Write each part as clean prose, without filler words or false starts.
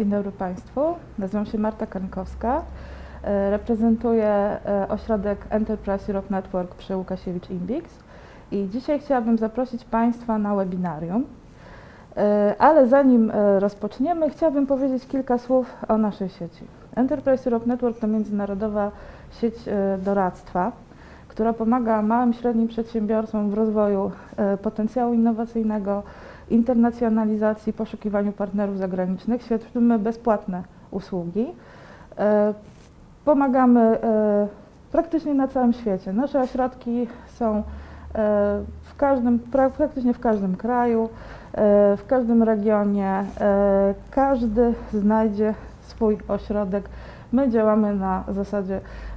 Dzień dobry Państwu. Nazywam się Marta Kankowska. Reprezentuję ośrodek Enterprise Europe Network przy Łukasiewicz-Imbix i dzisiaj chciałabym zaprosić Państwa na webinarium. Ale zanim rozpoczniemy, chciałabym powiedzieć kilka słów o naszej sieci. Enterprise Europe Network to międzynarodowa sieć doradztwa, która pomaga małym i średnim przedsiębiorstwom w rozwoju potencjału innowacyjnego, internacjonalizacji, poszukiwaniu partnerów zagranicznych. Świadczymy bezpłatne usługi. Pomagamy praktycznie na całym świecie. Nasze ośrodki są praktycznie w każdym kraju, w każdym regionie. Każdy znajdzie swój ośrodek. My działamy na zasadzie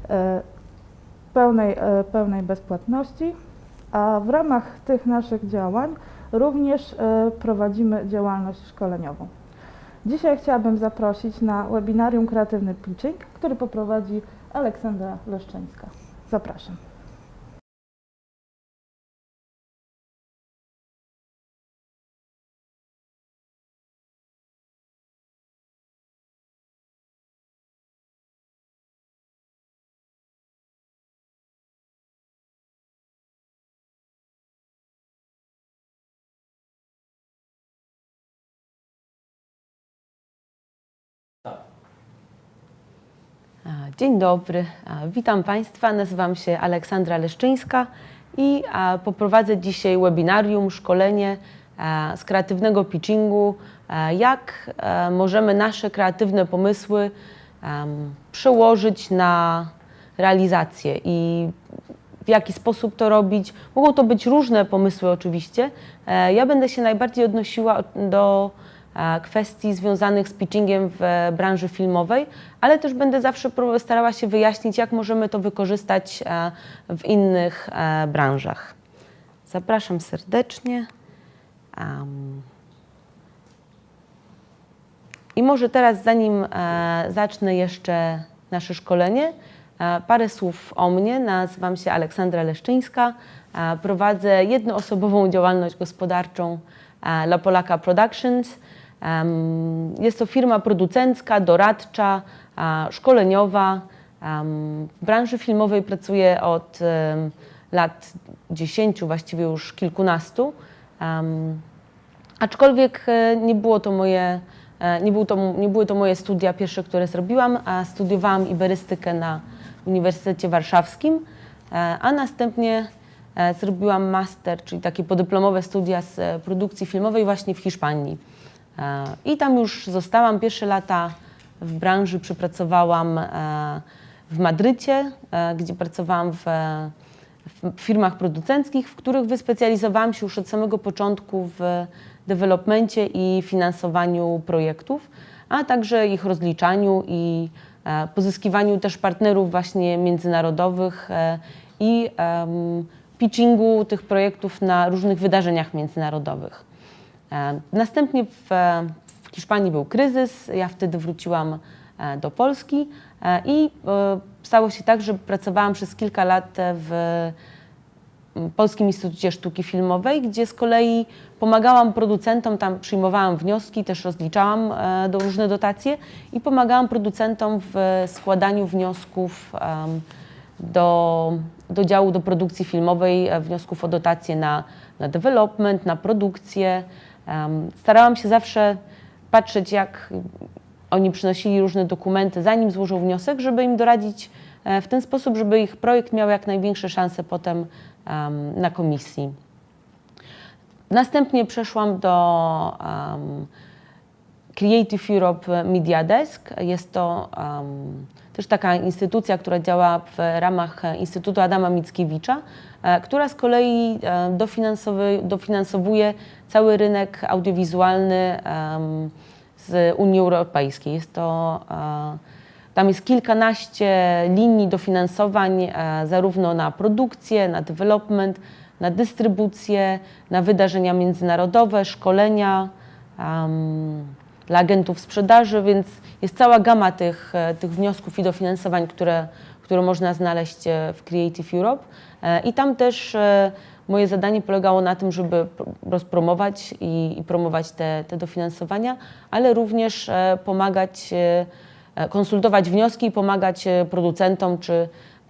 pełnej bezpłatności, a w ramach tych naszych działań również prowadzimy działalność szkoleniową. Dzisiaj chciałabym zaprosić na webinarium Kreatywny Pitching, który poprowadzi Aleksandra Leszczyńska. Zapraszam. Dzień dobry, witam Państwa, nazywam się Aleksandra Leszczyńska i poprowadzę dzisiaj webinarium, szkolenie z kreatywnego pitchingu, jak możemy nasze kreatywne pomysły przełożyć na realizację i w jaki sposób to robić. Mogą to być różne pomysły oczywiście. Ja będę się najbardziej odnosiła do kwestii związanych z pitchingiem w branży filmowej, ale też będę zawsze starała się wyjaśnić, jak możemy to wykorzystać w innych branżach. Zapraszam serdecznie. I może teraz, zanim zacznę jeszcze nasze szkolenie, parę słów o mnie. Nazywam się Aleksandra Leszczyńska. Prowadzę jednoosobową działalność gospodarczą La Polaka Productions. Jest to firma producencka, doradcza, szkoleniowa. W branży filmowej pracuję od lat 10, właściwie już kilkunastu. Aczkolwiek nie były to moje studia pierwsze, które zrobiłam, a studiowałam iberystykę na Uniwersytecie Warszawskim, a następnie zrobiłam master, czyli takie podyplomowe studia z produkcji filmowej właśnie w Hiszpanii. I tam już zostałam. Pierwsze lata w branży przepracowałam w Madrycie, gdzie pracowałam w firmach producenckich, w których wyspecjalizowałam się już od samego początku w developmencie i finansowaniu projektów, a także ich rozliczaniu i pozyskiwaniu też partnerów właśnie międzynarodowych i pitchingu tych projektów na różnych wydarzeniach międzynarodowych. Następnie w Hiszpanii był kryzys, ja wtedy wróciłam do Polski i stało się tak, że pracowałam przez kilka lat w Polskim Instytucie Sztuki Filmowej, gdzie z kolei pomagałam producentom, tam przyjmowałam wnioski, też rozliczałam różne dotacje i pomagałam producentom w składaniu wniosków do działu do produkcji filmowej, wniosków o dotacje na development, na produkcję. Starałam się zawsze patrzeć, jak oni przynosili różne dokumenty, zanim złożą wniosek, żeby im doradzić w ten sposób, żeby ich projekt miał jak największe szanse potem na komisji. Następnie przeszłam do Creative Europe Media Desk. Jest to też taka instytucja, która działa w ramach Instytutu Adama Mickiewicza, która z kolei dofinansowuje cały rynek audiowizualny z Unii Europejskiej. Tam jest kilkanaście linii dofinansowań zarówno na produkcję, na development, na dystrybucję, na wydarzenia międzynarodowe, szkolenia dla agentów sprzedaży, więc jest cała gama tych wniosków i dofinansowań, które można znaleźć w Creative Europe. I tam też moje zadanie polegało na tym, żeby rozpromować i promować te dofinansowania, ale również pomagać, konsultować wnioski i pomagać producentom czy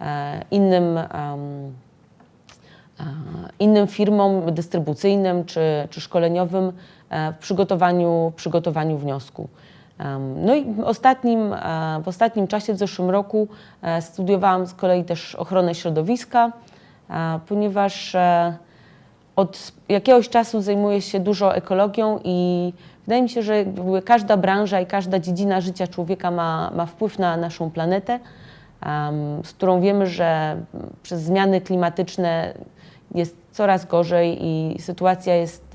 innym firmom dystrybucyjnym czy szkoleniowym w przygotowaniu wniosku. No i w ostatnim czasie, w zeszłym roku, studiowałam z kolei też ochronę środowiska, ponieważ od jakiegoś czasu zajmuję się dużo ekologią i wydaje mi się, że każda branża i każda dziedzina życia człowieka ma wpływ na naszą planetę, z którą wiemy, że przez zmiany klimatyczne jest coraz gorzej i sytuacja jest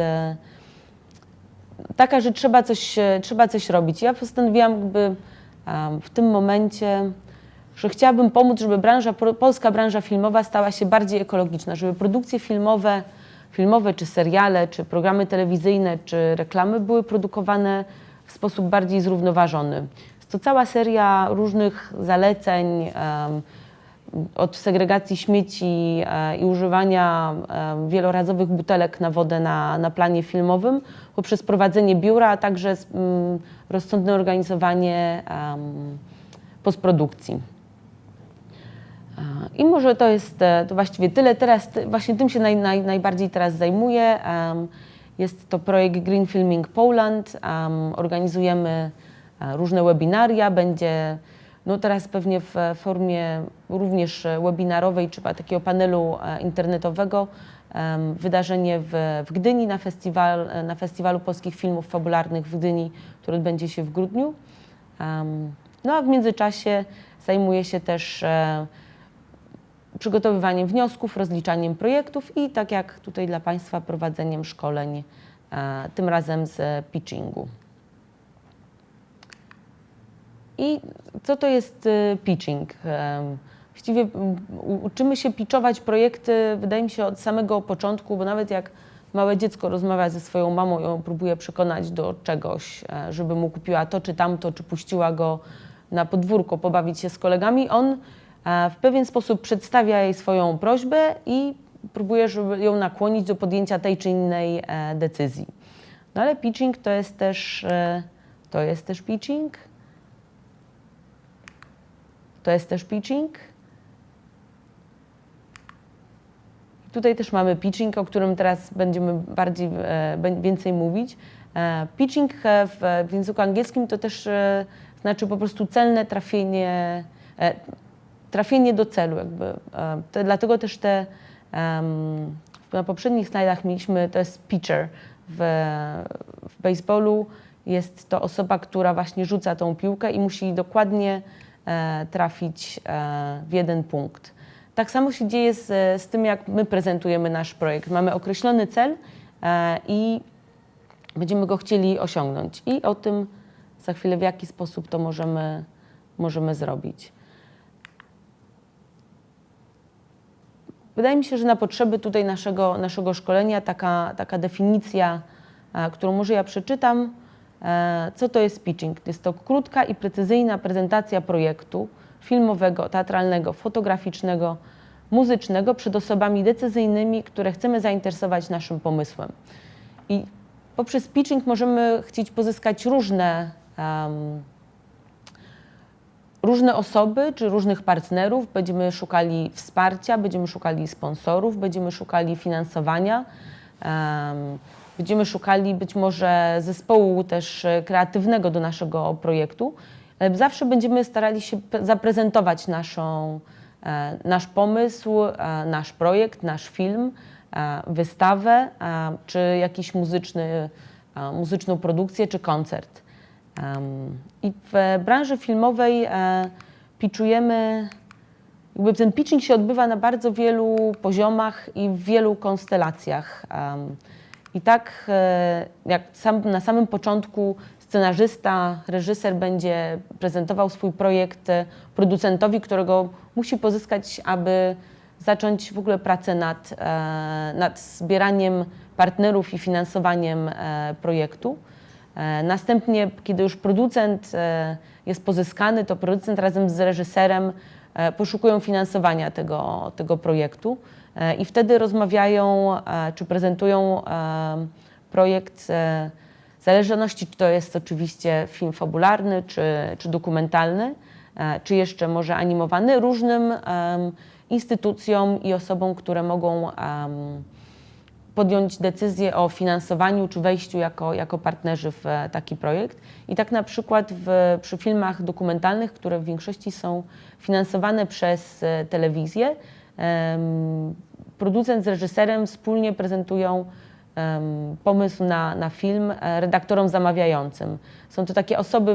taka, że trzeba coś robić. Ja postanowiłam jakby w tym momencie, że chciałabym pomóc, żeby polska branża filmowa stała się bardziej ekologiczna, żeby produkcje filmowe czy seriale, czy programy telewizyjne, czy reklamy były produkowane w sposób bardziej zrównoważony. Jest to cała seria różnych zaleceń, od segregacji śmieci i używania wielorazowych butelek na wodę na planie filmowym, poprzez prowadzenie biura, a także rozsądne organizowanie postprodukcji. I może to właściwie tyle. Teraz właśnie tym się najbardziej teraz zajmuję. Jest to projekt Green Filming Poland. Organizujemy różne webinaria. Będzie teraz pewnie w formie również webinarowej, czy takiego panelu internetowego, wydarzenie w Gdyni na Festiwalu Polskich Filmów Fabularnych w Gdyni, który odbędzie się w grudniu. No a w międzyczasie zajmuję się też przygotowywaniem wniosków, rozliczaniem projektów i tak jak tutaj dla Państwa prowadzeniem szkoleń, tym razem z pitchingu. I co to jest pitching? Właściwie uczymy się pitchować projekty, wydaje mi się, od samego początku, bo nawet jak małe dziecko rozmawia ze swoją mamą i ją próbuje przekonać do czegoś, żeby mu kupiła to czy tamto, czy puściła go na podwórko pobawić się z kolegami, on w pewien sposób przedstawia jej swoją prośbę i próbuje, żeby ją nakłonić do podjęcia tej czy innej decyzji. No ale pitching to jest też pitching. To jest też pitching. Tutaj też mamy pitching, o którym teraz będziemy więcej mówić. Pitching w języku angielskim to też znaczy po prostu celne trafienie do celu. Dlatego też na poprzednich slajdach mieliśmy, to jest pitcher. W baseballu jest to osoba, która właśnie rzuca tą piłkę i musi dokładnie trafić w jeden punkt. Tak samo się dzieje z tym, jak my prezentujemy nasz projekt. Mamy określony cel i będziemy go chcieli osiągnąć. I o tym za chwilę, w jaki sposób to możemy zrobić. Wydaje mi się, że na potrzeby tutaj naszego szkolenia taka definicja, którą może ja przeczytam. Co to jest pitching? Jest to krótka i precyzyjna prezentacja projektu filmowego, teatralnego, fotograficznego, muzycznego przed osobami decyzyjnymi, które chcemy zainteresować naszym pomysłem. I poprzez pitching możemy chcieć pozyskać różne osoby czy różnych partnerów. Będziemy szukali wsparcia, będziemy szukali sponsorów, będziemy szukali finansowania. Będziemy szukali być może zespołu też kreatywnego do naszego projektu, ale zawsze będziemy starali się zaprezentować nasz pomysł, nasz projekt, nasz film, wystawę, czy jakiś muzyczną produkcję, czy koncert. I w branży filmowej pitchujemy, ten pitching się odbywa na bardzo wielu poziomach i w wielu konstelacjach. I tak jak na samym początku scenarzysta, reżyser będzie prezentował swój projekt producentowi, którego musi pozyskać, aby zacząć w ogóle pracę nad zbieraniem partnerów i finansowaniem projektu. Następnie, kiedy już producent jest pozyskany, to producent razem z reżyserem poszukują finansowania tego projektu i wtedy rozmawiają czy prezentują projekt, w zależności czy to jest oczywiście film fabularny, czy dokumentalny, czy jeszcze może animowany, różnym instytucjom i osobom, które mogą podjąć decyzję o finansowaniu czy wejściu jako partnerzy w taki projekt. I tak na przykład przy filmach dokumentalnych, które w większości są finansowane przez telewizję, producent z reżyserem wspólnie prezentują pomysł na film redaktorom zamawiającym. Są to takie osoby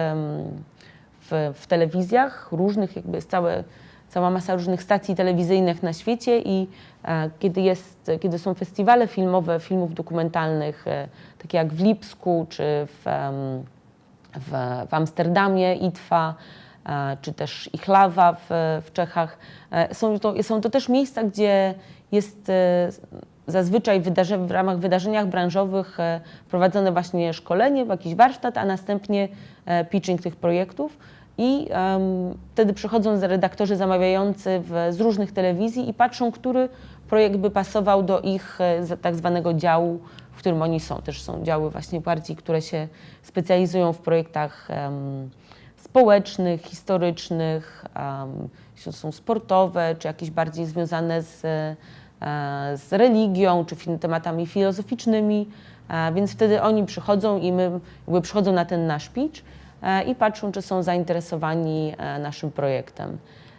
w telewizjach różnych, jakby jest cała masa różnych stacji telewizyjnych na świecie i kiedy są festiwale filmowe, filmów dokumentalnych, takie jak w Lipsku czy w Amsterdamie, ITFA, czy też Ichlawa w Czechach, są to też miejsca, gdzie jest zazwyczaj w ramach wydarzeniach branżowych prowadzone właśnie szkolenie, jakiś warsztat, a następnie pitching tych projektów. I wtedy przychodzą redaktorzy zamawiający z różnych telewizji i patrzą, który projekt by pasował do ich tak zwanego działu, w którym oni są. Też są działy właśnie partii, które się specjalizują w projektach społecznych, historycznych, jeśli to są sportowe, czy jakieś bardziej związane z religią, czy tematami filozoficznymi. Więc wtedy oni przychodzą i przychodzą na ten nasz pitch i patrzą, czy są zainteresowani naszym projektem.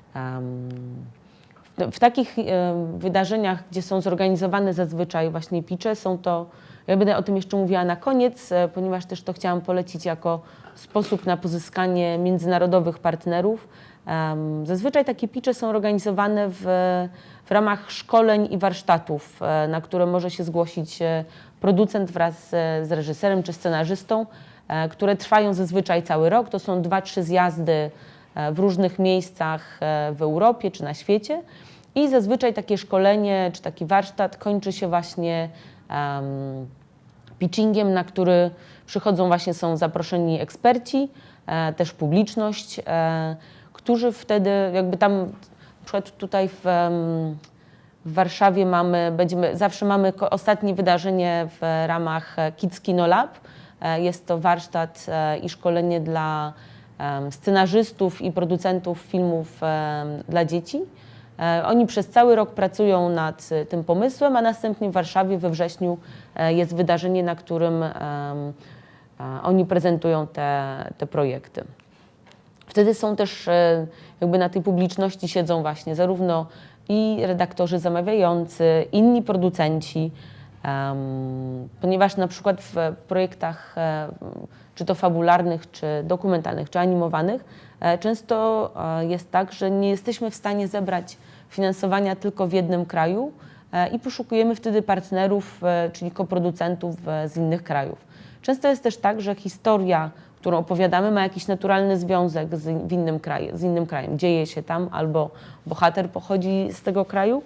W takich wydarzeniach, gdzie są zorganizowane zazwyczaj właśnie pitche, ja będę o tym jeszcze mówiła na koniec, ponieważ też to chciałam polecić jako sposób na pozyskanie międzynarodowych partnerów. Zazwyczaj takie pitche są organizowane w ramach szkoleń i warsztatów, na które może się zgłosić producent wraz z reżyserem czy scenarzystą, które trwają zazwyczaj cały rok. To są 2-3 zjazdy w różnych miejscach w Europie czy na świecie i zazwyczaj takie szkolenie czy taki warsztat kończy się właśnie pitchingiem, na który są zaproszeni eksperci, też publiczność, którzy wtedy jakby tam, na przykład tutaj w Warszawie zawsze mamy ostatnie wydarzenie w ramach Kids Kino Lab. Jest to warsztat i szkolenie dla scenarzystów i producentów filmów dla dzieci. Oni przez cały rok pracują nad tym pomysłem, a następnie w Warszawie we wrześniu jest wydarzenie, na którym oni prezentują te projekty. Wtedy są też jakby na tej publiczności siedzą właśnie zarówno i redaktorzy zamawiający, inni producenci, ponieważ na przykład w projektach czy to fabularnych, czy dokumentalnych, czy animowanych, często jest tak, że nie jesteśmy w stanie zebrać finansowania tylko w jednym kraju i poszukujemy wtedy partnerów, czyli koproducentów z innych krajów. Często jest też tak, że historia, którą opowiadamy, ma jakiś naturalny związek z innym krajem. Dzieje się tam albo bohater pochodzi z tego kraju,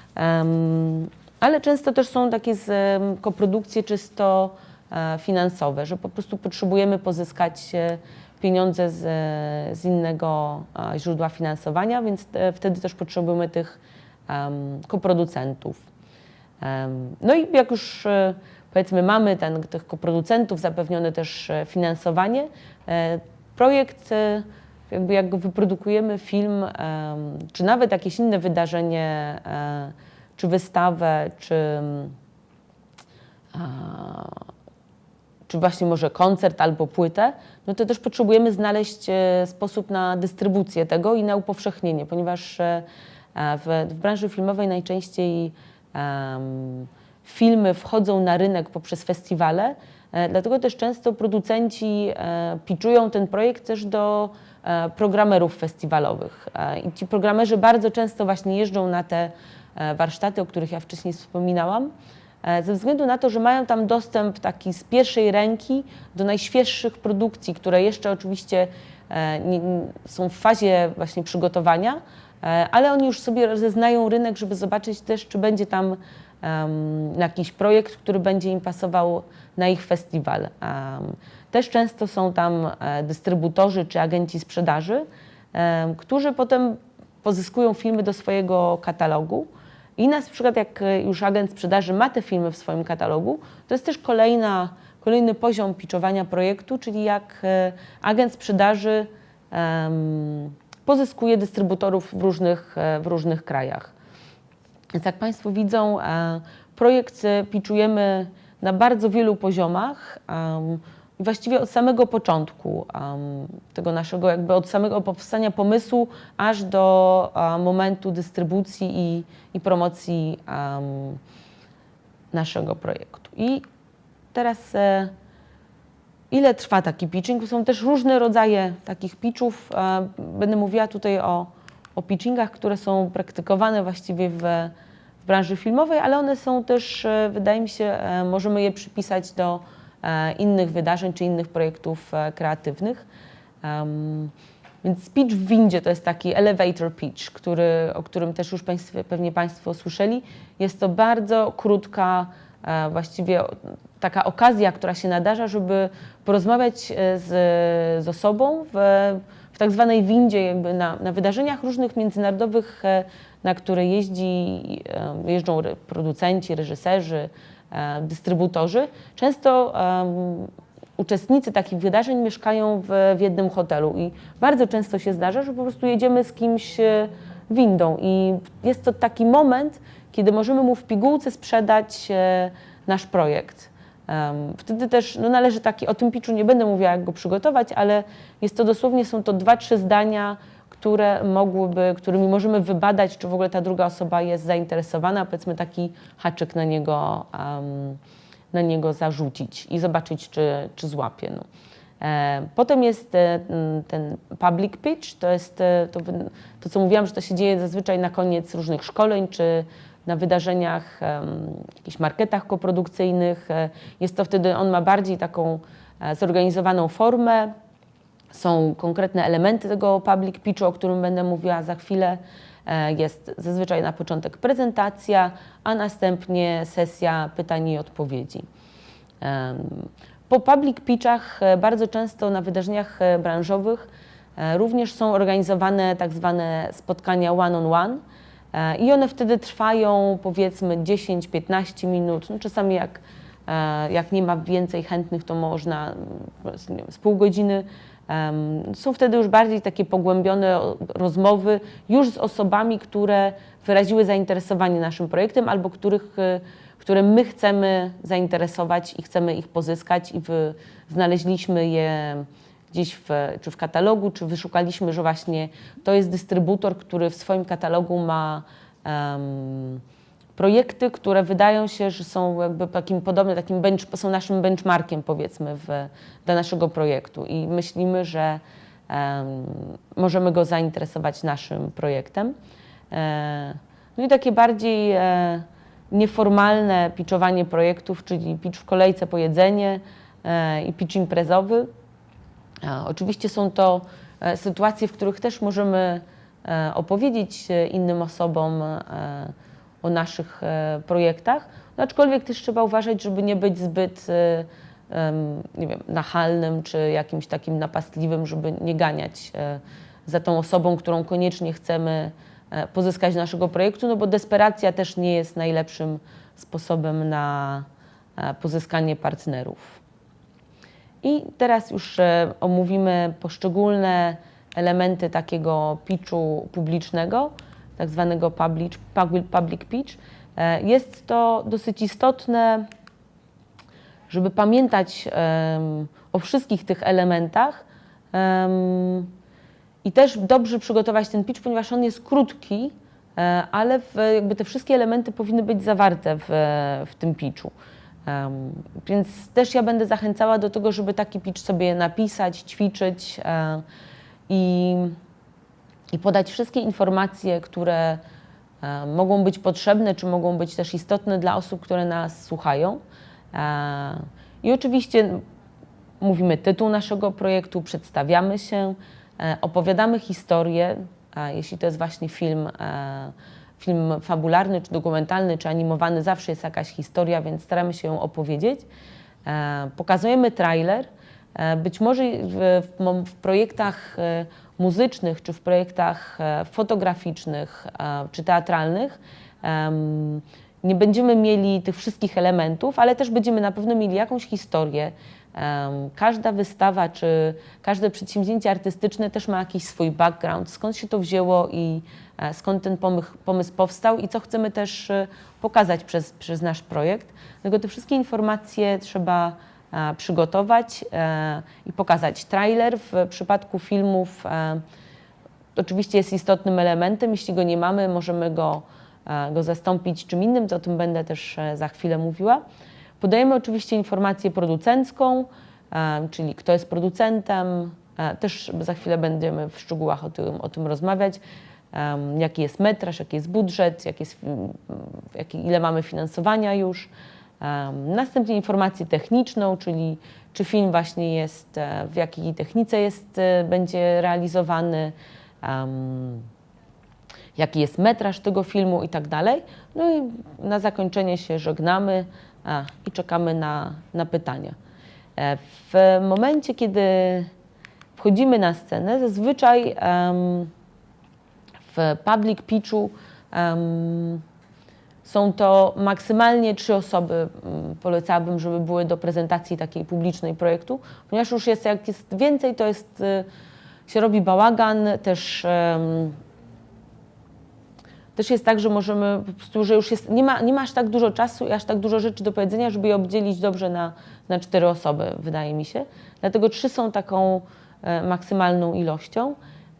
ale często też są takie koprodukcje czysto finansowe, że po prostu potrzebujemy pozyskać pieniądze z innego źródła finansowania, więc wtedy też potrzebujemy tych koproducentów. No i jak już powiedzmy mamy tych koproducentów, zapewnione też finansowanie, projekt, jak go wyprodukujemy, film, czy nawet jakieś inne wydarzenie, czy wystawę, czy właśnie może koncert albo płytę, no to też potrzebujemy znaleźć sposób na dystrybucję tego i na upowszechnienie, ponieważ w branży filmowej najczęściej filmy wchodzą na rynek poprzez festiwale, dlatego też często producenci pitchują ten projekt też do programerów festiwalowych. I ci programerzy bardzo często właśnie jeżdżą na te warsztaty, o których ja wcześniej wspominałam, ze względu na to, że mają tam dostęp taki z pierwszej ręki do najświeższych produkcji, które jeszcze oczywiście są w fazie właśnie przygotowania, ale oni już sobie rozeznają rynek, żeby zobaczyć też, czy będzie tam na jakiś projekt, który będzie im pasował na ich festiwal. Też często są tam dystrybutorzy czy agenci sprzedaży, którzy potem pozyskują filmy do swojego katalogu. I na przykład jak już agent sprzedaży ma te filmy w swoim katalogu, to jest też kolejny poziom pitchowania projektu, czyli jak agent sprzedaży pozyskuje dystrybutorów w różnych krajach. Więc jak Państwo widzą, projekt pitchujemy na bardzo wielu poziomach i właściwie od samego początku tego naszego, jakby od samego powstania pomysłu aż do momentu dystrybucji i promocji naszego projektu. I teraz ile trwa taki pitching? Są też różne rodzaje takich pitchów. Będę mówiła tutaj o pitchingach, które są praktykowane właściwie w branży filmowej, ale one są też, wydaje mi się, możemy je przypisać do innych wydarzeń czy innych projektów kreatywnych. Więc pitch w windzie to jest taki elevator pitch, o którym też już pewnie Państwo słyszeli. Jest to bardzo krótka, właściwie taka okazja, która się nadarza, żeby porozmawiać z osobą w tak zwanej windzie, jakby na wydarzeniach różnych międzynarodowych, na które jeżdżą producenci, reżyserzy, dystrybutorzy. Często uczestnicy takich wydarzeń mieszkają w jednym hotelu i bardzo często się zdarza, że po prostu jedziemy z kimś windą i jest to taki moment, kiedy możemy mu w pigułce sprzedać nasz projekt. Wtedy też należy o tym pitchu nie będę mówiła, jak go przygotować, ale jest to dosłownie, są to 2-3 zdania, którymi możemy wybadać, czy w ogóle ta druga osoba jest zainteresowana, powiedzmy taki haczyk na niego zarzucić i zobaczyć, czy złapie. No. Potem jest ten public pitch, to jest to, co mówiłam, że to się dzieje zazwyczaj na koniec różnych szkoleń, czy na wydarzeniach, jakichś marketach koprodukcyjnych. Jest to wtedy, on ma bardziej taką zorganizowaną formę. Są konkretne elementy tego public pitchu, o którym będę mówiła za chwilę. Jest zazwyczaj na początek prezentacja, a następnie sesja pytań i odpowiedzi. Po public pitchach bardzo często na wydarzeniach branżowych również są organizowane tak zwane spotkania one-on-one i one wtedy trwają powiedzmy 10-15 minut, no czasami jak nie ma więcej chętnych, to można nie wiem, z pół godziny. Są wtedy już bardziej takie pogłębione rozmowy już z osobami, które wyraziły zainteresowanie naszym projektem albo które my chcemy zainteresować i chcemy ich pozyskać i znaleźliśmy je gdzieś czy w katalogu, czy wyszukaliśmy, że właśnie to jest dystrybutor, który w swoim katalogu ma projekty, które wydają się, że są jakby takim podobne, są naszym benchmarkiem, powiedzmy, dla naszego projektu i myślimy, że możemy go zainteresować naszym projektem. No i takie bardziej nieformalne pitchowanie projektów, czyli pitch w kolejce po jedzenie i pitch imprezowy. Oczywiście są to sytuacje, w których też możemy opowiedzieć innym osobom o naszych projektach, no aczkolwiek też trzeba uważać, żeby nie być zbyt nie wiem, nachalnym czy jakimś takim napastliwym, żeby nie ganiać za tą osobą, którą koniecznie chcemy pozyskać do naszego projektu, no bo desperacja też nie jest najlepszym sposobem na pozyskanie partnerów. I teraz już omówimy poszczególne elementy takiego pitchu publicznego, tak zwanego public pitch. Jest to dosyć istotne, żeby pamiętać o wszystkich tych elementach i też dobrze przygotować ten pitch, ponieważ on jest krótki, ale jakby te wszystkie elementy powinny być zawarte w tym pitchu. Więc też ja będę zachęcała do tego, żeby taki pitch sobie napisać, ćwiczyć i podać wszystkie informacje, które mogą być potrzebne, czy mogą być też istotne dla osób, które nas słuchają. I oczywiście mówimy tytuł naszego projektu, przedstawiamy się, opowiadamy historię, jeśli to jest właśnie film film fabularny, czy dokumentalny, czy animowany, zawsze jest jakaś historia, więc staramy się ją opowiedzieć. Pokazujemy trailer. Być może w projektach muzycznych, czy w projektach fotograficznych, czy teatralnych nie będziemy mieli tych wszystkich elementów, ale też będziemy na pewno mieli jakąś historię. Każda wystawa, czy każde przedsięwzięcie artystyczne też ma jakiś swój background, skąd się to wzięło i skąd ten pomysł powstał i co chcemy też pokazać przez nasz projekt. Dlatego te wszystkie informacje trzeba przygotować i pokazać. Trailer w przypadku filmów oczywiście jest istotnym elementem. Jeśli go nie mamy, możemy go zastąpić czym innym, o tym będę też za chwilę mówiła. Podajemy oczywiście informację producencką, czyli kto jest producentem, też za chwilę będziemy w szczegółach o tym rozmawiać, jaki jest metraż, jaki jest budżet, ile mamy finansowania już. Następnie informację techniczną, czyli czy film właśnie jest, w jakiej technice będzie realizowany, jaki jest metraż tego filmu i tak dalej. No i na zakończenie się żegnamy i czekamy na pytania. W momencie, kiedy wchodzimy na scenę, zazwyczaj w public pitchu są to maksymalnie 3 osoby. Polecałabym, żeby były do prezentacji takiej publicznej projektu, ponieważ już jak jest więcej, to się robi bałagan, też jest tak, że możemy po prostu, że już nie ma aż tak dużo czasu i aż tak dużo rzeczy do powiedzenia, żeby je obdzielić dobrze na 4 osoby, wydaje mi się. Dlatego 3 są taką maksymalną ilością.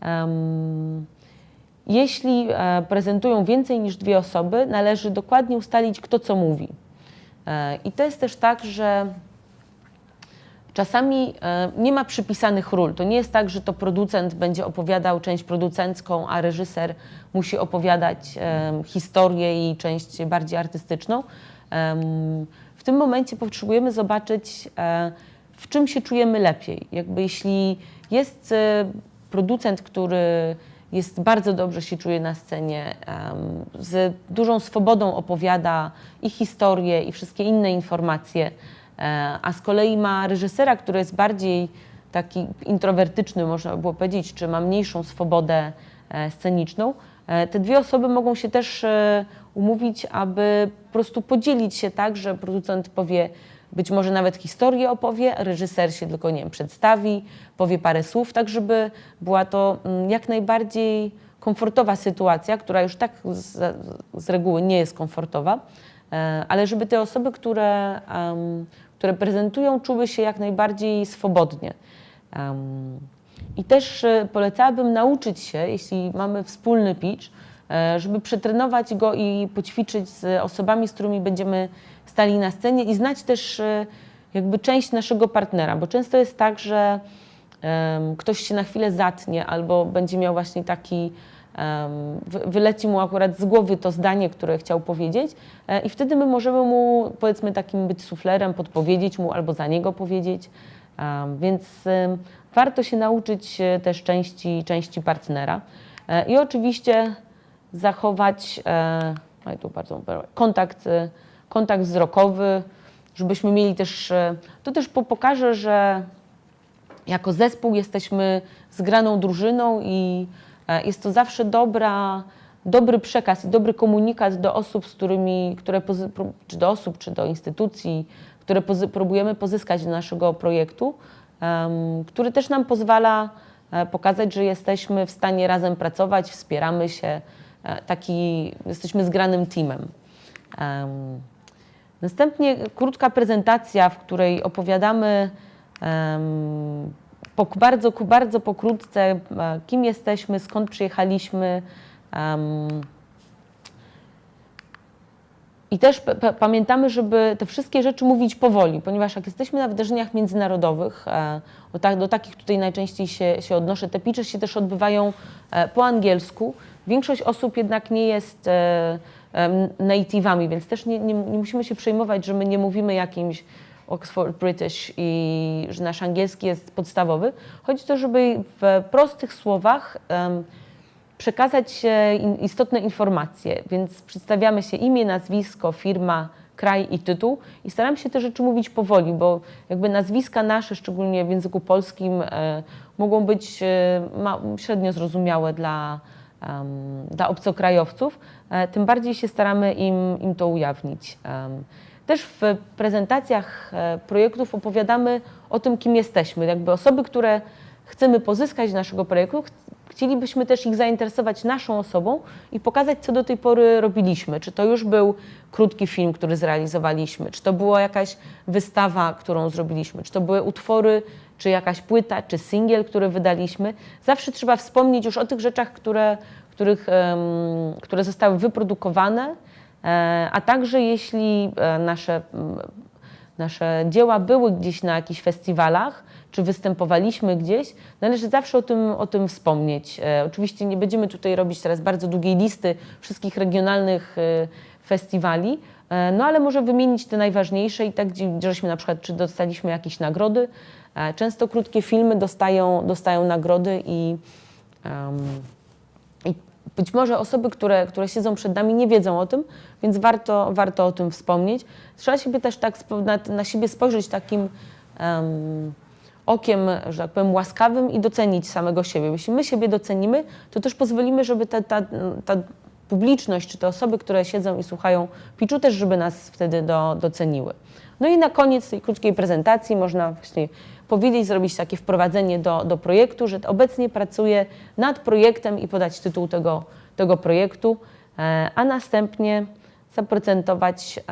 Jeśli prezentują więcej niż 2 osoby, należy dokładnie ustalić, kto co mówi. I to jest też tak, że czasami nie ma przypisanych ról. To nie jest tak, że to producent będzie opowiadał część producencką, a reżyser musi opowiadać historię i część bardziej artystyczną. W tym momencie potrzebujemy zobaczyć, w czym się czujemy lepiej. Jakby jeśli jest producent, który bardzo dobrze się czuje na scenie, z dużą swobodą opowiada i historię, i wszystkie inne informacje, a z kolei ma reżysera, który jest bardziej taki introwertyczny, można by było powiedzieć, czy ma mniejszą swobodę sceniczną, te 2 osoby mogą się też umówić, aby po prostu podzielić się tak, że producent powie, być może nawet historię opowie, reżyser się tylko, nie wiem, przedstawi, powie parę słów, tak żeby była to jak najbardziej komfortowa sytuacja, która już tak z reguły nie jest komfortowa, ale żeby te osoby, które prezentują, czuły się jak najbardziej swobodnie. I też polecałabym nauczyć się, jeśli mamy wspólny pitch, żeby przetrenować go i poćwiczyć z osobami, z którymi będziemy stali na scenie i znać też jakby część naszego partnera, bo często jest tak, że ktoś się na chwilę zatnie albo będzie miał właśnie taki, wyleci mu akurat z głowy to zdanie, które chciał powiedzieć i wtedy my możemy mu, powiedzmy, takim być suflerem, podpowiedzieć mu albo za niego powiedzieć, więc warto się nauczyć też części partnera i oczywiście zachować kontakt wzrokowy, żebyśmy mieli też, to też pokaże, że jako zespół jesteśmy zgraną drużyną i jest to zawsze dobry przekaz i dobry komunikat do osób, czy do instytucji, które próbujemy pozyskać do naszego projektu, który też nam pozwala pokazać, że jesteśmy w stanie razem pracować, wspieramy się, jesteśmy zgranym teamem. Następnie krótka prezentacja, w której opowiadamy bardzo pokrótce, kim jesteśmy, skąd przyjechaliśmy. I też pamiętamy, żeby te wszystkie rzeczy mówić powoli, ponieważ jak jesteśmy na wydarzeniach międzynarodoych, do takich tutaj najczęściej się odnoszę, te pitche się też odbywają po angielsku. Większość osób jednak nie jest native'ami, więc też nie musimy się przejmować, że my nie mówimy jakimś Oxford British i że nasz angielski jest podstawowy. Chodzi o to, żeby w prostych słowach przekazać istotne informacje, więc przedstawiamy się imię, nazwisko, firma, kraj i tytuł i staram się te rzeczy mówić powoli, bo jakby nazwiska nasze, szczególnie w języku polskim, mogą być średnio zrozumiałe dla obcokrajowców, tym bardziej się staramy im to ujawnić. Też w prezentacjach projektów opowiadamy o tym, kim jesteśmy. Jakby osoby, które chcemy pozyskać z naszego projektu, chcielibyśmy też ich zainteresować naszą osobą i pokazać, co do tej pory robiliśmy. Czy to już był krótki film, który zrealizowaliśmy, czy to była jakaś wystawa, którą zrobiliśmy, czy to były utwory, czy jakaś płyta, czy singiel, który wydaliśmy. Zawsze trzeba wspomnieć już o tych rzeczach, które zostały wyprodukowane, a także jeśli nasze dzieła były gdzieś na jakichś festiwalach, czy występowaliśmy gdzieś, należy zawsze o tym wspomnieć. Oczywiście nie będziemy tutaj robić teraz bardzo długiej listy wszystkich regionalnych festiwali, no ale może wymienić te najważniejsze i tak, żeśmy na przykład, czy dostaliśmy jakieś nagrody. Często krótkie filmy dostają nagrody i być może osoby, które siedzą przed nami, nie wiedzą o tym, więc warto o tym wspomnieć. Trzeba się też tak na siebie spojrzeć takim okiem, że tak powiem, łaskawym i docenić samego siebie. Jeśli my siebie docenimy, to też pozwolimy, żeby ta publiczność, czy te osoby, które siedzą i słuchają pitchu, też żeby nas wtedy doceniły. No i na koniec tej krótkiej prezentacji można właśnie powiedzieć, zrobić takie wprowadzenie do projektu, że obecnie pracuję nad projektem i podać tytuł tego projektu, a następnie zaprezentować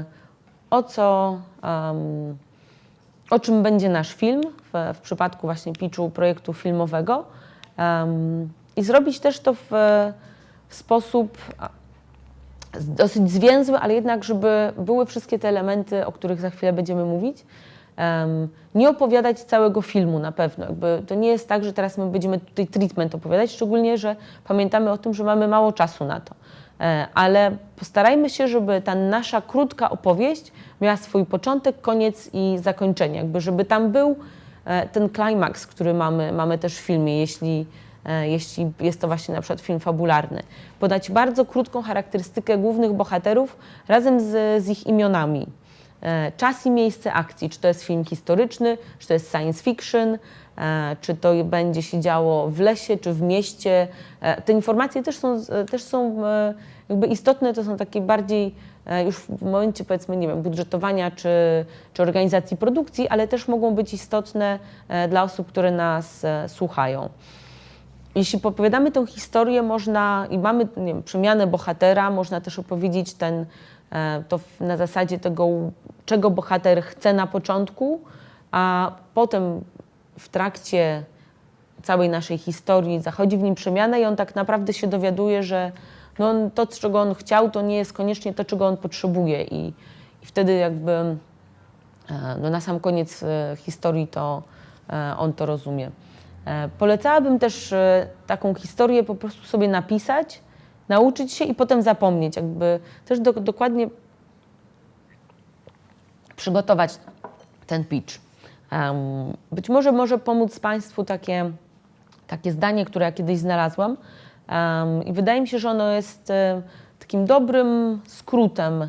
o czym będzie nasz film w przypadku właśnie pitchu projektu filmowego i zrobić też to w sposób dosyć zwięzły, ale jednak, żeby były wszystkie te elementy, o których za chwilę będziemy mówić. Nie opowiadać całego filmu na pewno. Jakby to nie jest tak, że teraz my będziemy tutaj treatment opowiadać, szczególnie, że pamiętamy o tym, że mamy mało czasu na to. Ale postarajmy się, żeby ta nasza krótka opowieść miała swój początek, koniec i zakończenie. Jakby, żeby tam był ten klimaks, który mamy też w filmie, jeśli jest to właśnie na przykład film fabularny. Podać bardzo krótką charakterystykę głównych bohaterów razem z ich imionami. Czas i miejsce akcji, czy to jest film historyczny, czy to jest science fiction, czy to będzie się działo w lesie, czy w mieście. Te informacje też są jakby istotne, to są takie bardziej już w momencie, powiedzmy, nie wiem, budżetowania czy organizacji produkcji, ale też mogą być istotne dla osób, które nas słuchają. Jeśli opowiadamy tę historię, można i mamy, nie wiem, przemianę bohatera, można też opowiedzieć to na zasadzie tego, czego bohater chce na początku, a potem w trakcie całej naszej historii zachodzi w nim przemiana i on tak naprawdę się dowiaduje, że to, czego on chciał, to nie jest koniecznie to, czego on potrzebuje i wtedy jakby na sam koniec historii on to rozumie. Polecałabym też taką historię po prostu sobie napisać, nauczyć się i potem zapomnieć, jakby też dokładnie przygotować ten pitch. Być może pomóc Państwu takie zdanie, które ja kiedyś znalazłam i wydaje mi się, że ono jest takim dobrym skrótem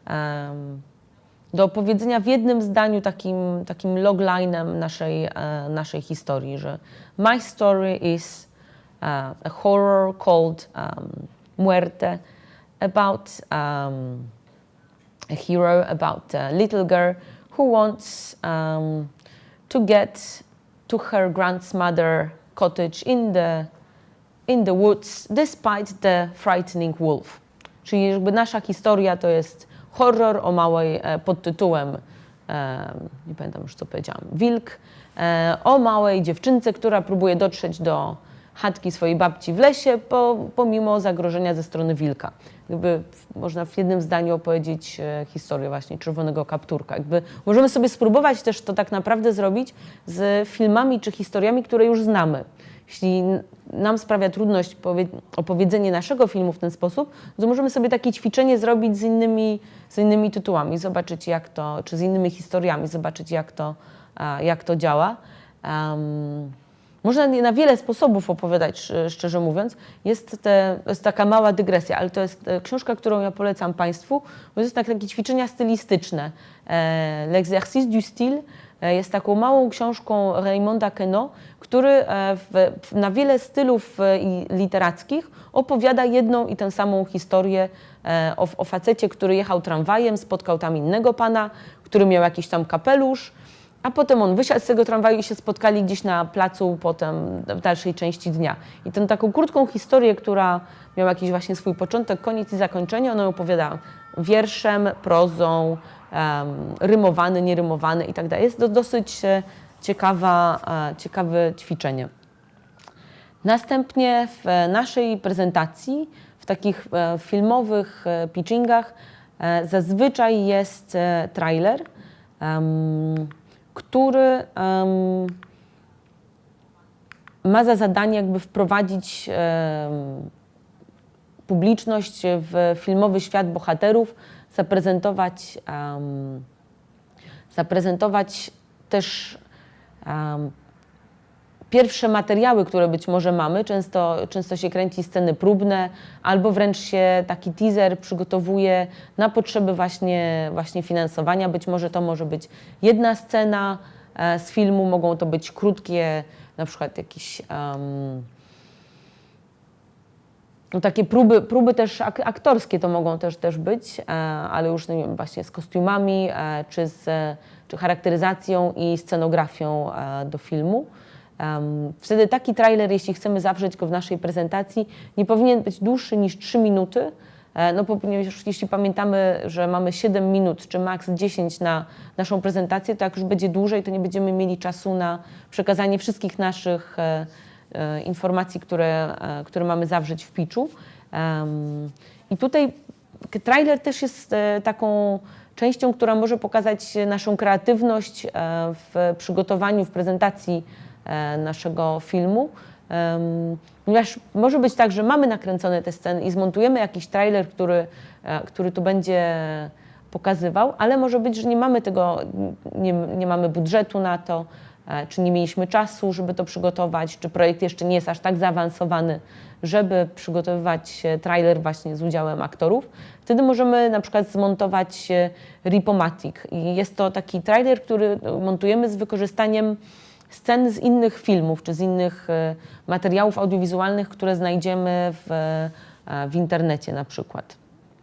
do opowiedzenia w jednym zdaniu, takim loglinem naszej historii, że my story is a horror called Muerte, about a hero, about a little girl who wants to get to her grandmother's cottage in the woods despite the frightening wolf. Czyli jakby nasza historia to jest horror o małej, pod tytułem, nie pamiętam już co powiedziałam, wilk, o małej dziewczynce, która próbuje dotrzeć do chatki swojej babci w lesie, pomimo zagrożenia ze strony wilka. Jakby można w jednym zdaniu opowiedzieć historię właśnie Czerwonego Kapturka. Jakby możemy sobie spróbować też to tak naprawdę zrobić z filmami czy historiami, które już znamy. Jeśli nam sprawia trudność opowiedzenie naszego filmu w ten sposób, to możemy sobie takie ćwiczenie zrobić z innymi tytułami, zobaczyć czy z innymi historiami, zobaczyć jak to działa. można na wiele sposobów opowiadać, szczerze mówiąc. Jest taka mała dygresja, ale to jest książka, którą ja polecam Państwu, bo to jest takie ćwiczenia stylistyczne. L'exercice du style jest taką małą książką Raymonda Queneau, który na wiele stylów literackich opowiada jedną i tę samą historię o facecie, który jechał tramwajem, spotkał tam innego pana, który miał jakiś tam kapelusz, a potem on wysiadł z tego tramwaju i się spotkali gdzieś na placu potem w dalszej części dnia. I tę taką krótką historię, która miała jakiś właśnie swój początek, koniec i zakończenie, ona opowiada wierszem, prozą, rymowany, nierymowany i tak dalej. Jest to dosyć ciekawe ćwiczenie. Następnie w naszej prezentacji, w takich filmowych pitchingach zazwyczaj jest trailer, który ma za zadanie jakby wprowadzić publiczność w filmowy świat bohaterów, zaprezentować też pierwsze materiały, które być może mamy. Często się kręci sceny próbne, albo wręcz się taki teaser przygotowuje na potrzeby właśnie finansowania. Być może to może być jedna scena z filmu, mogą to być krótkie, na przykład jakieś no takie próby też aktorskie to mogą też być, ale już nie wiem, właśnie z kostiumami, czy charakteryzacją i scenografią do filmu. Wtedy taki trailer, jeśli chcemy zawrzeć go w naszej prezentacji, nie powinien być dłuższy niż 3 minuty, no ponieważ jeśli pamiętamy, że mamy 7 minut czy maks 10 na naszą prezentację, to jak już będzie dłużej, to nie będziemy mieli czasu na przekazanie wszystkich naszych informacji, które mamy zawrzeć w pitchu. I tutaj trailer też jest taką częścią, która może pokazać naszą kreatywność w przygotowaniu, w prezentacji naszego filmu. Ponieważ może być tak, że mamy nakręcone te sceny i zmontujemy jakiś trailer, który tu będzie pokazywał, ale może być, że nie mamy tego, nie mamy budżetu na to, czy nie mieliśmy czasu, żeby to przygotować, czy projekt jeszcze nie jest aż tak zaawansowany, żeby przygotowywać trailer właśnie z udziałem aktorów. Wtedy możemy na przykład zmontować Ripomatic i jest to taki trailer, który montujemy z wykorzystaniem scen z innych filmów, czy z innych materiałów audiowizualnych, które znajdziemy w internecie na przykład.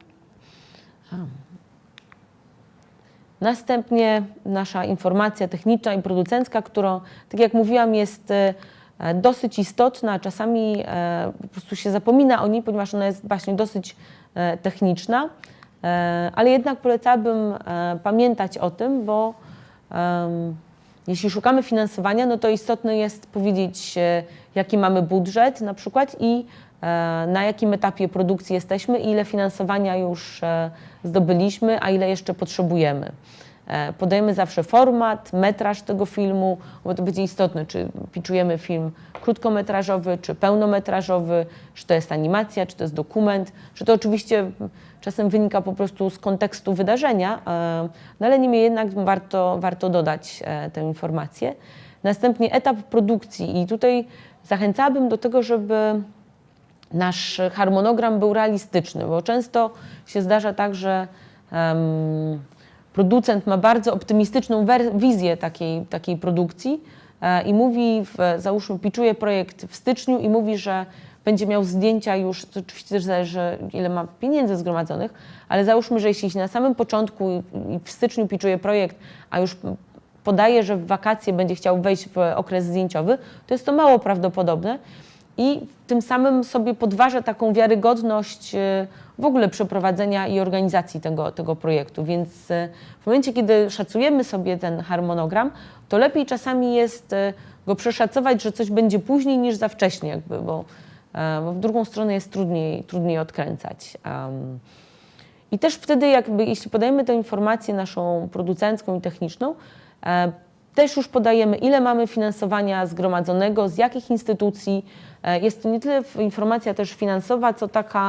Następnie nasza informacja techniczna i producencka, która, tak jak mówiłam, jest dosyć istotna, czasami po prostu się zapomina o niej, ponieważ ona jest właśnie dosyć techniczna, ale jednak polecałabym pamiętać o tym, bo jeśli szukamy finansowania, no to istotne jest powiedzieć, jaki mamy budżet na przykład i na jakim etapie produkcji jesteśmy, ile finansowania już zdobyliśmy, a ile jeszcze potrzebujemy. Podajemy zawsze format, metraż tego filmu, bo to będzie istotne, czy pitchujemy film krótkometrażowy, czy pełnometrażowy, czy to jest animacja, czy to jest dokument, czy to oczywiście czasem wynika po prostu z kontekstu wydarzenia, no ale niemniej jednak warto dodać tę informację. Następnie etap produkcji i tutaj zachęcałabym do tego, żeby nasz harmonogram był realistyczny, bo często się zdarza tak, że producent ma bardzo optymistyczną wizję takiej produkcji i mówi, załóżmy, pitchuje projekt w styczniu i mówi, że będzie miał zdjęcia już, to oczywiście też zależy, ile ma pieniędzy zgromadzonych, ale załóżmy, że jeśli na samym początku i w styczniu pitchuje projekt, a już podaje, że w wakacje będzie chciał wejść w okres zdjęciowy, to jest to mało prawdopodobne i tym samym sobie podważa taką wiarygodność w ogóle przeprowadzenia i organizacji tego projektu. Więc w momencie, kiedy szacujemy sobie ten harmonogram, to lepiej czasami jest go przeszacować, że coś będzie później niż za wcześnie, jakby, bo w drugą stronę jest trudniej odkręcać. I też wtedy, jeśli podajemy tę informację naszą producencką i techniczną, też już podajemy, ile mamy finansowania zgromadzonego, z jakich instytucji. Jest to nie tyle informacja też finansowa, co taka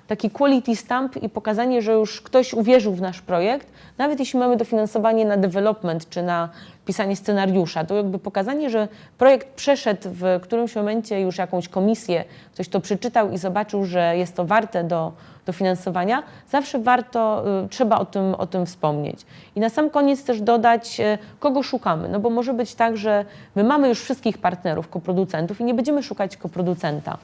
taki quality stamp i pokazanie, że już ktoś uwierzył w nasz projekt, nawet jeśli mamy dofinansowanie na development czy na pisanie scenariusza, to jakby pokazanie, że projekt przeszedł w którymś momencie już jakąś komisję, ktoś to przeczytał i zobaczył, że jest to warte do finansowania, zawsze trzeba o tym wspomnieć. I na sam koniec też dodać, kogo szukamy, no bo może być tak, że my mamy już wszystkich partnerów, koproducentów i nie będziemy szukać koproducenta.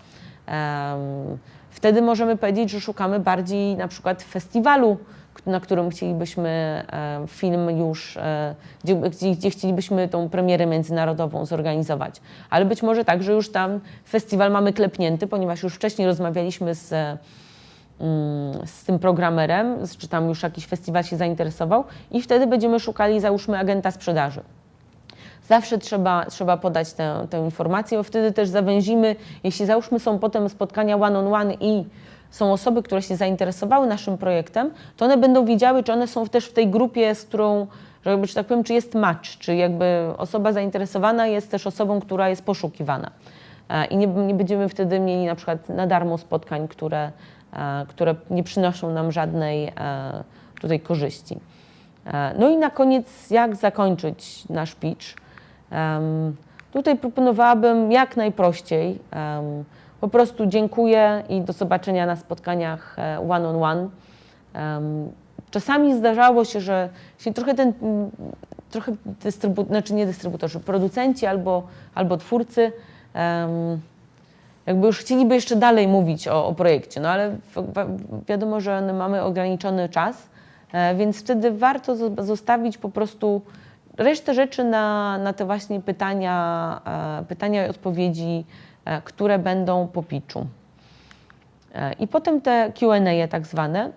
Wtedy możemy powiedzieć, że szukamy bardziej na przykład festiwalu, na którym chcielibyśmy film już, gdzie chcielibyśmy tą premierę międzynarodową zorganizować. Ale być może tak, że już tam festiwal mamy klepnięty, ponieważ już wcześniej rozmawialiśmy z tym programerem, czy tam już jakiś festiwal się zainteresował i wtedy będziemy szukali, załóżmy, agenta sprzedaży. Zawsze trzeba podać tę informację, bo wtedy też zawęzimy, jeśli załóżmy są potem spotkania one-on-one i są osoby, które się zainteresowały naszym projektem, to one będą wiedziały, czy one są też w tej grupie, z którą, że tak powiem, czy jest match, czy jakby osoba zainteresowana jest też osobą, która jest poszukiwana. I nie będziemy wtedy mieli na przykład na darmo spotkań, które nie przynoszą nam żadnej tutaj korzyści. No i na koniec, jak zakończyć nasz pitch? Tutaj proponowałabym jak najprościej. Po prostu dziękuję i do zobaczenia na spotkaniach one-on-one. Czasami zdarzało się, że się trochę producenci albo twórcy jakby już chcieliby jeszcze dalej mówić o projekcie, no ale wiadomo, że mamy ograniczony czas, więc wtedy warto zostawić po prostu resztę rzeczy na te właśnie pytania i odpowiedzi, które będą po pitchu. I potem te Q&A tak zwane,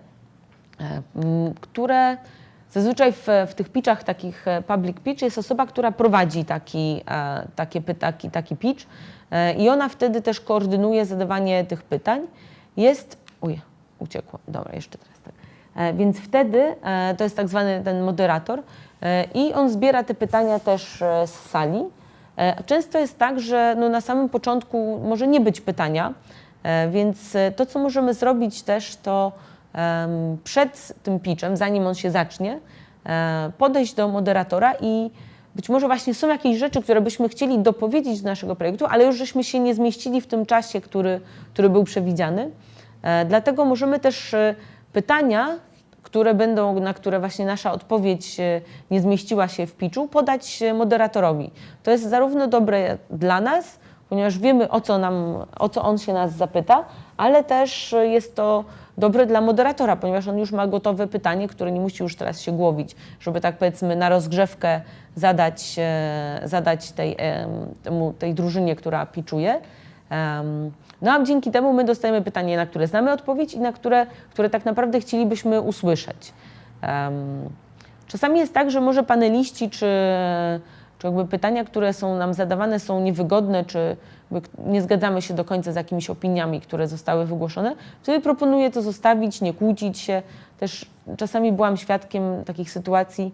które zazwyczaj w tych pitchach, takich public pitch, jest osoba, która prowadzi taki pitch i ona wtedy też koordynuje zadawanie tych pytań. Uciekło, dobra, jeszcze teraz tak. Więc wtedy to jest tak zwany ten moderator i on zbiera te pytania też z sali. Często jest tak, że no na samym początku może nie być pytania, więc to, co możemy zrobić też, to przed tym pitchem, zanim on się zacznie, podejść do moderatora i być może właśnie są jakieś rzeczy, które byśmy chcieli dopowiedzieć do naszego projektu, ale już żeśmy się nie zmieścili w tym czasie, który był przewidziany. Dlatego możemy też pytania, na które właśnie nasza odpowiedź nie zmieściła się w pitchu, podać moderatorowi. To jest zarówno dobre dla nas, ponieważ wiemy, o co on się nas zapyta, ale też jest to dobre dla moderatora, ponieważ on już ma gotowe pytanie, które nie musi już teraz się głowić, żeby tak powiedzmy na rozgrzewkę zadać tej drużynie, która pitchuje. No a dzięki temu my dostajemy pytanie, na które znamy odpowiedź i na które tak naprawdę chcielibyśmy usłyszeć. Czasami jest tak, że może paneliści czy jakby pytania, które są nam zadawane, są niewygodne, czy nie zgadzamy się do końca z jakimiś opiniami, które zostały wygłoszone, wtedy proponuję to zostawić, nie kłócić się. Też czasami byłam świadkiem takich sytuacji,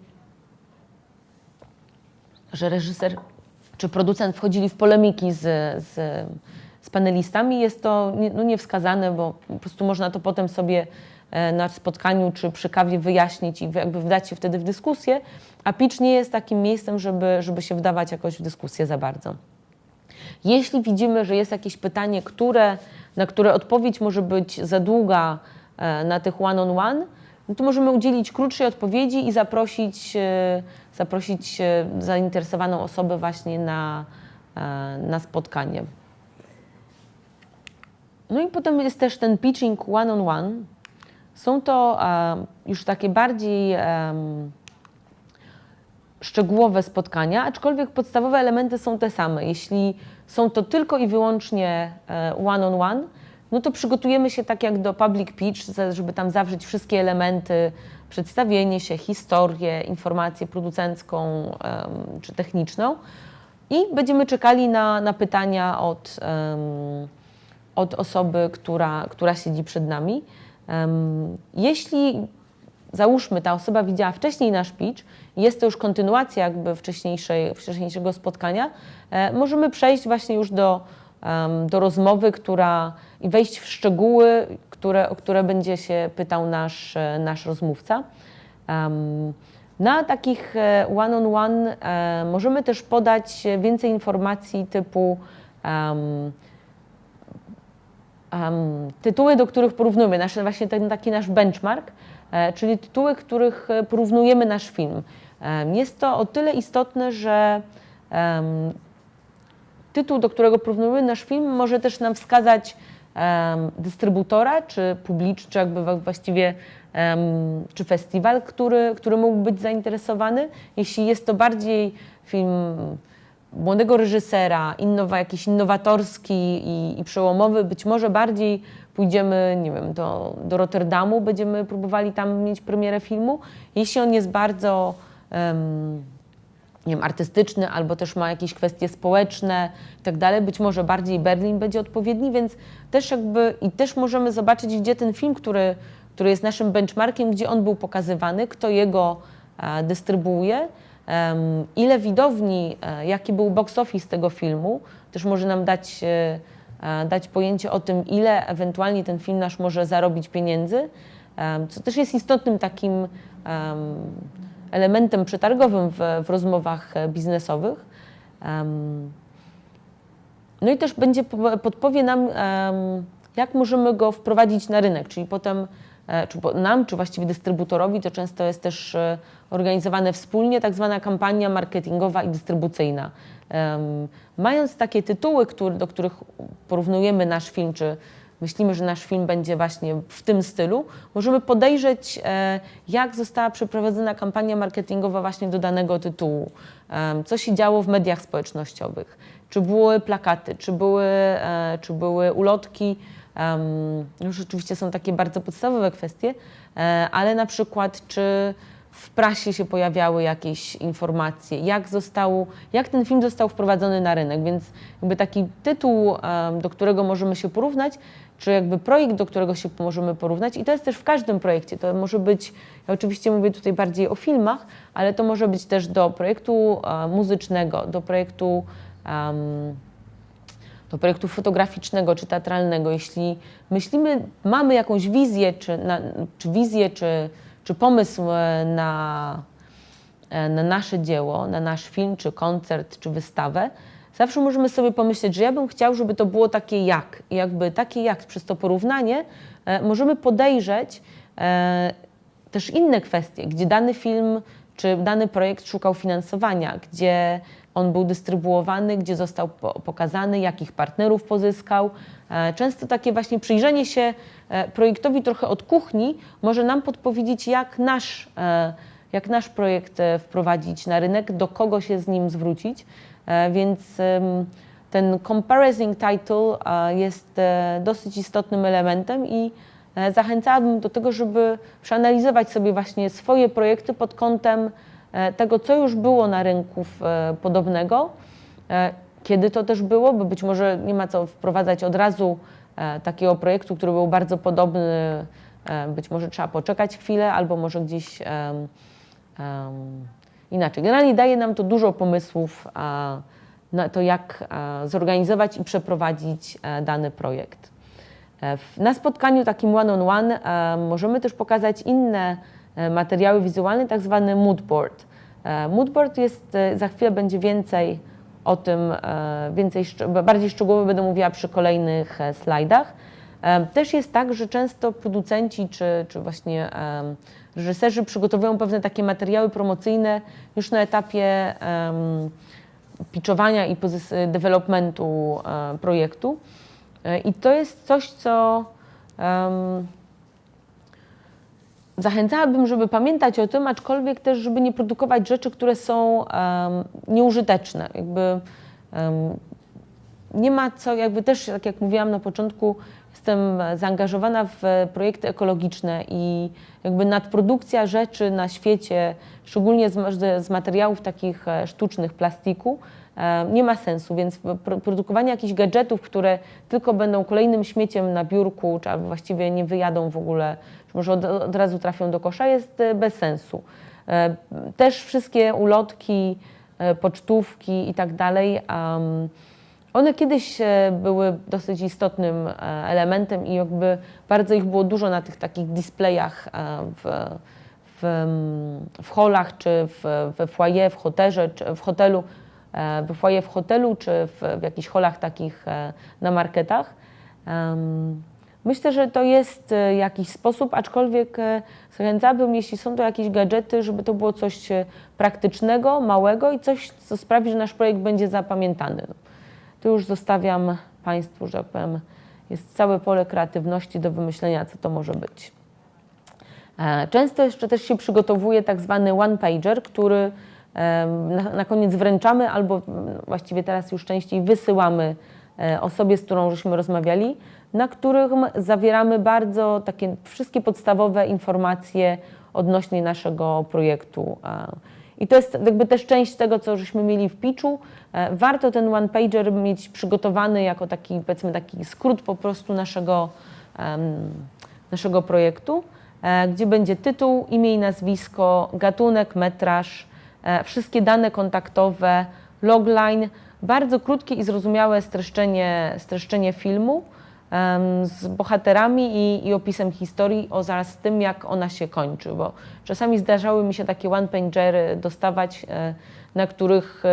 że reżyser czy producent wchodzili w polemiki z panelistami. Jest to niewskazane, bo po prostu można to potem sobie na spotkaniu czy przy kawie wyjaśnić i jakby wdać się wtedy w dyskusję, a pitch nie jest takim miejscem, żeby się wdawać jakoś w dyskusję za bardzo. Jeśli widzimy, że jest jakieś pytanie, na które odpowiedź może być za długa na tych one-on-one, no to możemy udzielić krótszej odpowiedzi i zaprosić zainteresowaną osobę właśnie na spotkanie. No i potem jest też ten pitching one-on-one. Są to już takie bardziej szczegółowe spotkania, aczkolwiek podstawowe elementy są te same. Jeśli są to tylko i wyłącznie one-on-one, no to przygotujemy się tak jak do public pitch, żeby tam zawrzeć wszystkie elementy, przedstawienie się, historię, informację producencką czy techniczną i będziemy czekali na pytania od osoby, która siedzi przed nami. Jeśli załóżmy, ta osoba widziała wcześniej nasz pitch i jest to już kontynuacja jakby wcześniejszego spotkania, możemy przejść właśnie już do rozmowy, i wejść w szczegóły, o które będzie się pytał nasz rozmówca. Na takich one-on-one możemy też podać więcej informacji typu tytuły, do których porównujemy, właśnie taki nasz benchmark, czyli tytuły, których porównujemy nasz film. Jest to o tyle istotne, że tytuł, do którego porównujemy nasz film, może też nam wskazać dystrybutora, czy czy jakby właściwie czy festiwal, który mógł być zainteresowany. Jeśli jest to bardziej film młodego reżysera, jakiś innowatorski i przełomowy, być może bardziej pójdziemy, nie wiem, do Rotterdamu, będziemy próbowali tam mieć premierę filmu. Jeśli on jest bardzo nie wiem, artystyczny, albo też ma jakieś kwestie społeczne i tak dalej, być może bardziej Berlin będzie odpowiedni, więc też możemy zobaczyć, gdzie ten film, który jest naszym benchmarkiem, gdzie on był pokazywany, kto jego dystrybuuje, ile widowni, jaki był box office tego filmu, też może nam dać pojęcie o tym, ile ewentualnie ten film nasz może zarobić pieniędzy, co też jest istotnym takim elementem przetargowym w rozmowach biznesowych. No i też podpowie nam, jak możemy go wprowadzić na rynek, czyli potem czy właściwie dystrybutorowi, to często jest też organizowane wspólnie, tak zwana kampania marketingowa i dystrybucyjna. Mając takie tytuły, do których porównujemy nasz film, czy myślimy, że nasz film będzie właśnie w tym stylu, możemy podejrzeć, jak została przeprowadzona kampania marketingowa właśnie do danego tytułu, co się działo w mediach społecznościowych, czy były plakaty, czy były ulotki. Już oczywiście są takie bardzo podstawowe kwestie, ale na przykład czy w prasie się pojawiały jakieś informacje, jak ten film został wprowadzony na rynek, więc jakby taki tytuł, do którego możemy się porównać, czy jakby projekt, do którego się możemy porównać, i to jest też w każdym projekcie, to może być, ja oczywiście mówię tutaj bardziej o filmach, ale to może być też do projektu muzycznego, do projektu fotograficznego czy teatralnego. Jeśli mamy jakąś wizję, czy pomysł na nasze dzieło, na nasz film, czy koncert, czy wystawę, zawsze możemy sobie pomyśleć, że ja bym chciał, żeby to było takie jak. I jakby takie jak przez to porównanie możemy podejrzeć też inne kwestie, gdzie dany film czy dany projekt szukał finansowania, gdzie on był dystrybuowany, gdzie został pokazany, jakich partnerów pozyskał. Często takie właśnie przyjrzenie się projektowi trochę od kuchni może nam podpowiedzieć, jak nasz projekt wprowadzić na rynek, do kogo się z nim zwrócić. Więc ten comparison title jest dosyć istotnym elementem i zachęcałabym do tego, żeby przeanalizować sobie właśnie swoje projekty pod kątem tego, co już było na rynku podobnego, kiedy to też było, bo być może nie ma co wprowadzać od razu takiego projektu, który był bardzo podobny, być może trzeba poczekać chwilę, albo może gdzieś inaczej. Generalnie daje nam to dużo pomysłów na to, jak zorganizować i przeprowadzić dany projekt. Na spotkaniu takim one-on-one możemy też pokazać inne materiały wizualne, tak zwany moodboard. Moodboard jest, za chwilę będzie więcej o tym, bardziej szczegółowo będę mówiła przy kolejnych slajdach. Też jest tak, że często producenci czy właśnie reżyserzy przygotowują pewne takie materiały promocyjne już na etapie pitchowania i developmentu projektu. I to jest coś, co zachęcałabym, żeby pamiętać o tym, aczkolwiek też, żeby nie produkować rzeczy, które są nieużyteczne. Nie ma co, też, tak jak mówiłam na początku, jestem zaangażowana w projekty ekologiczne i nadprodukcja rzeczy na świecie, szczególnie z materiałów takich sztucznych, plastiku, nie ma sensu, więc produkowanie jakichś gadżetów, które tylko będą kolejnym śmieciem na biurku, czy albo właściwie nie wyjadą w ogóle, czy może od razu trafią do kosza, jest bez sensu. Też wszystkie ulotki, pocztówki i tak dalej, One kiedyś były dosyć istotnym elementem i jakby bardzo ich było dużo na tych takich displayach w hallach, czy we foyer, w hotelze, czy w hotelu, we foyer w hotelu, czy w jakichś hallach takich na marketach. Myślę, że to jest jakiś sposób, aczkolwiek zachęcałabym, jeśli są to jakieś gadżety, żeby to było coś praktycznego, małego i coś, co sprawi, że nasz projekt będzie zapamiętany. Tu już zostawiam Państwu, że tak powiem, jest całe pole kreatywności do wymyślenia, co to może być. Często jeszcze też się przygotowuje tak zwany one-pager, który na koniec wręczamy albo właściwie teraz już częściej wysyłamy osobie, z którą żeśmy rozmawiali, na którym zawieramy bardzo takie wszystkie podstawowe informacje odnośnie naszego projektu. I to jest jakby też część tego, co żeśmy mieli w pitchu. Warto ten one-pager mieć przygotowany jako taki, powiedzmy, taki skrót po prostu naszego projektu, gdzie będzie tytuł, imię i nazwisko, gatunek, metraż, wszystkie dane kontaktowe, logline, bardzo krótkie i zrozumiałe streszczenie filmu z bohaterami i opisem historii zaraz tym, jak ona się kończy, bo czasami zdarzały mi się takie one-pagery dostawać, na których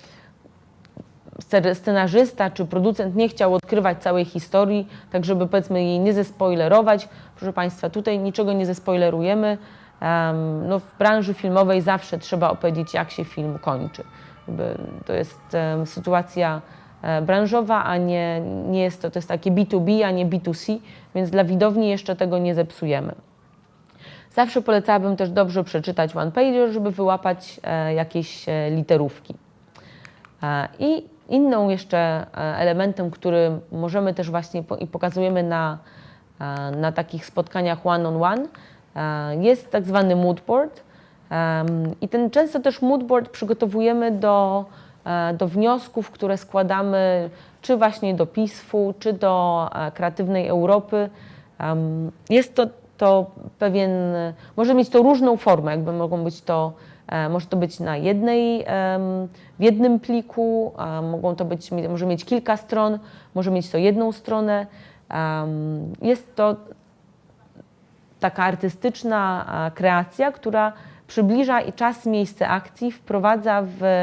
scenarzysta czy producent nie chciał odkrywać całej historii, tak żeby, powiedzmy, jej nie zespoilerować. Proszę Państwa, tutaj niczego nie zespoilerujemy. No, w branży filmowej zawsze trzeba opowiedzieć, jak się film kończy. To jest sytuacja branżowa, a nie jest to jest takie B2B, a nie B2C, więc dla widowni jeszcze tego nie zepsujemy. Zawsze polecałabym też dobrze przeczytać one-pager, żeby wyłapać jakieś literówki. I inną jeszcze elementem, który możemy też właśnie i pokazujemy na takich spotkaniach one-on-one, jest tak zwany moodboard. I często też moodboard przygotowujemy do wniosków, które składamy czy właśnie do PISF-u, czy do Kreatywnej Europy. Jest to pewien, może mieć to różną formę, jakby może to być w jednym pliku, może mieć kilka stron, może mieć to jedną stronę. Jest to taka artystyczna kreacja, która przybliża i czas, miejsce akcji, wprowadza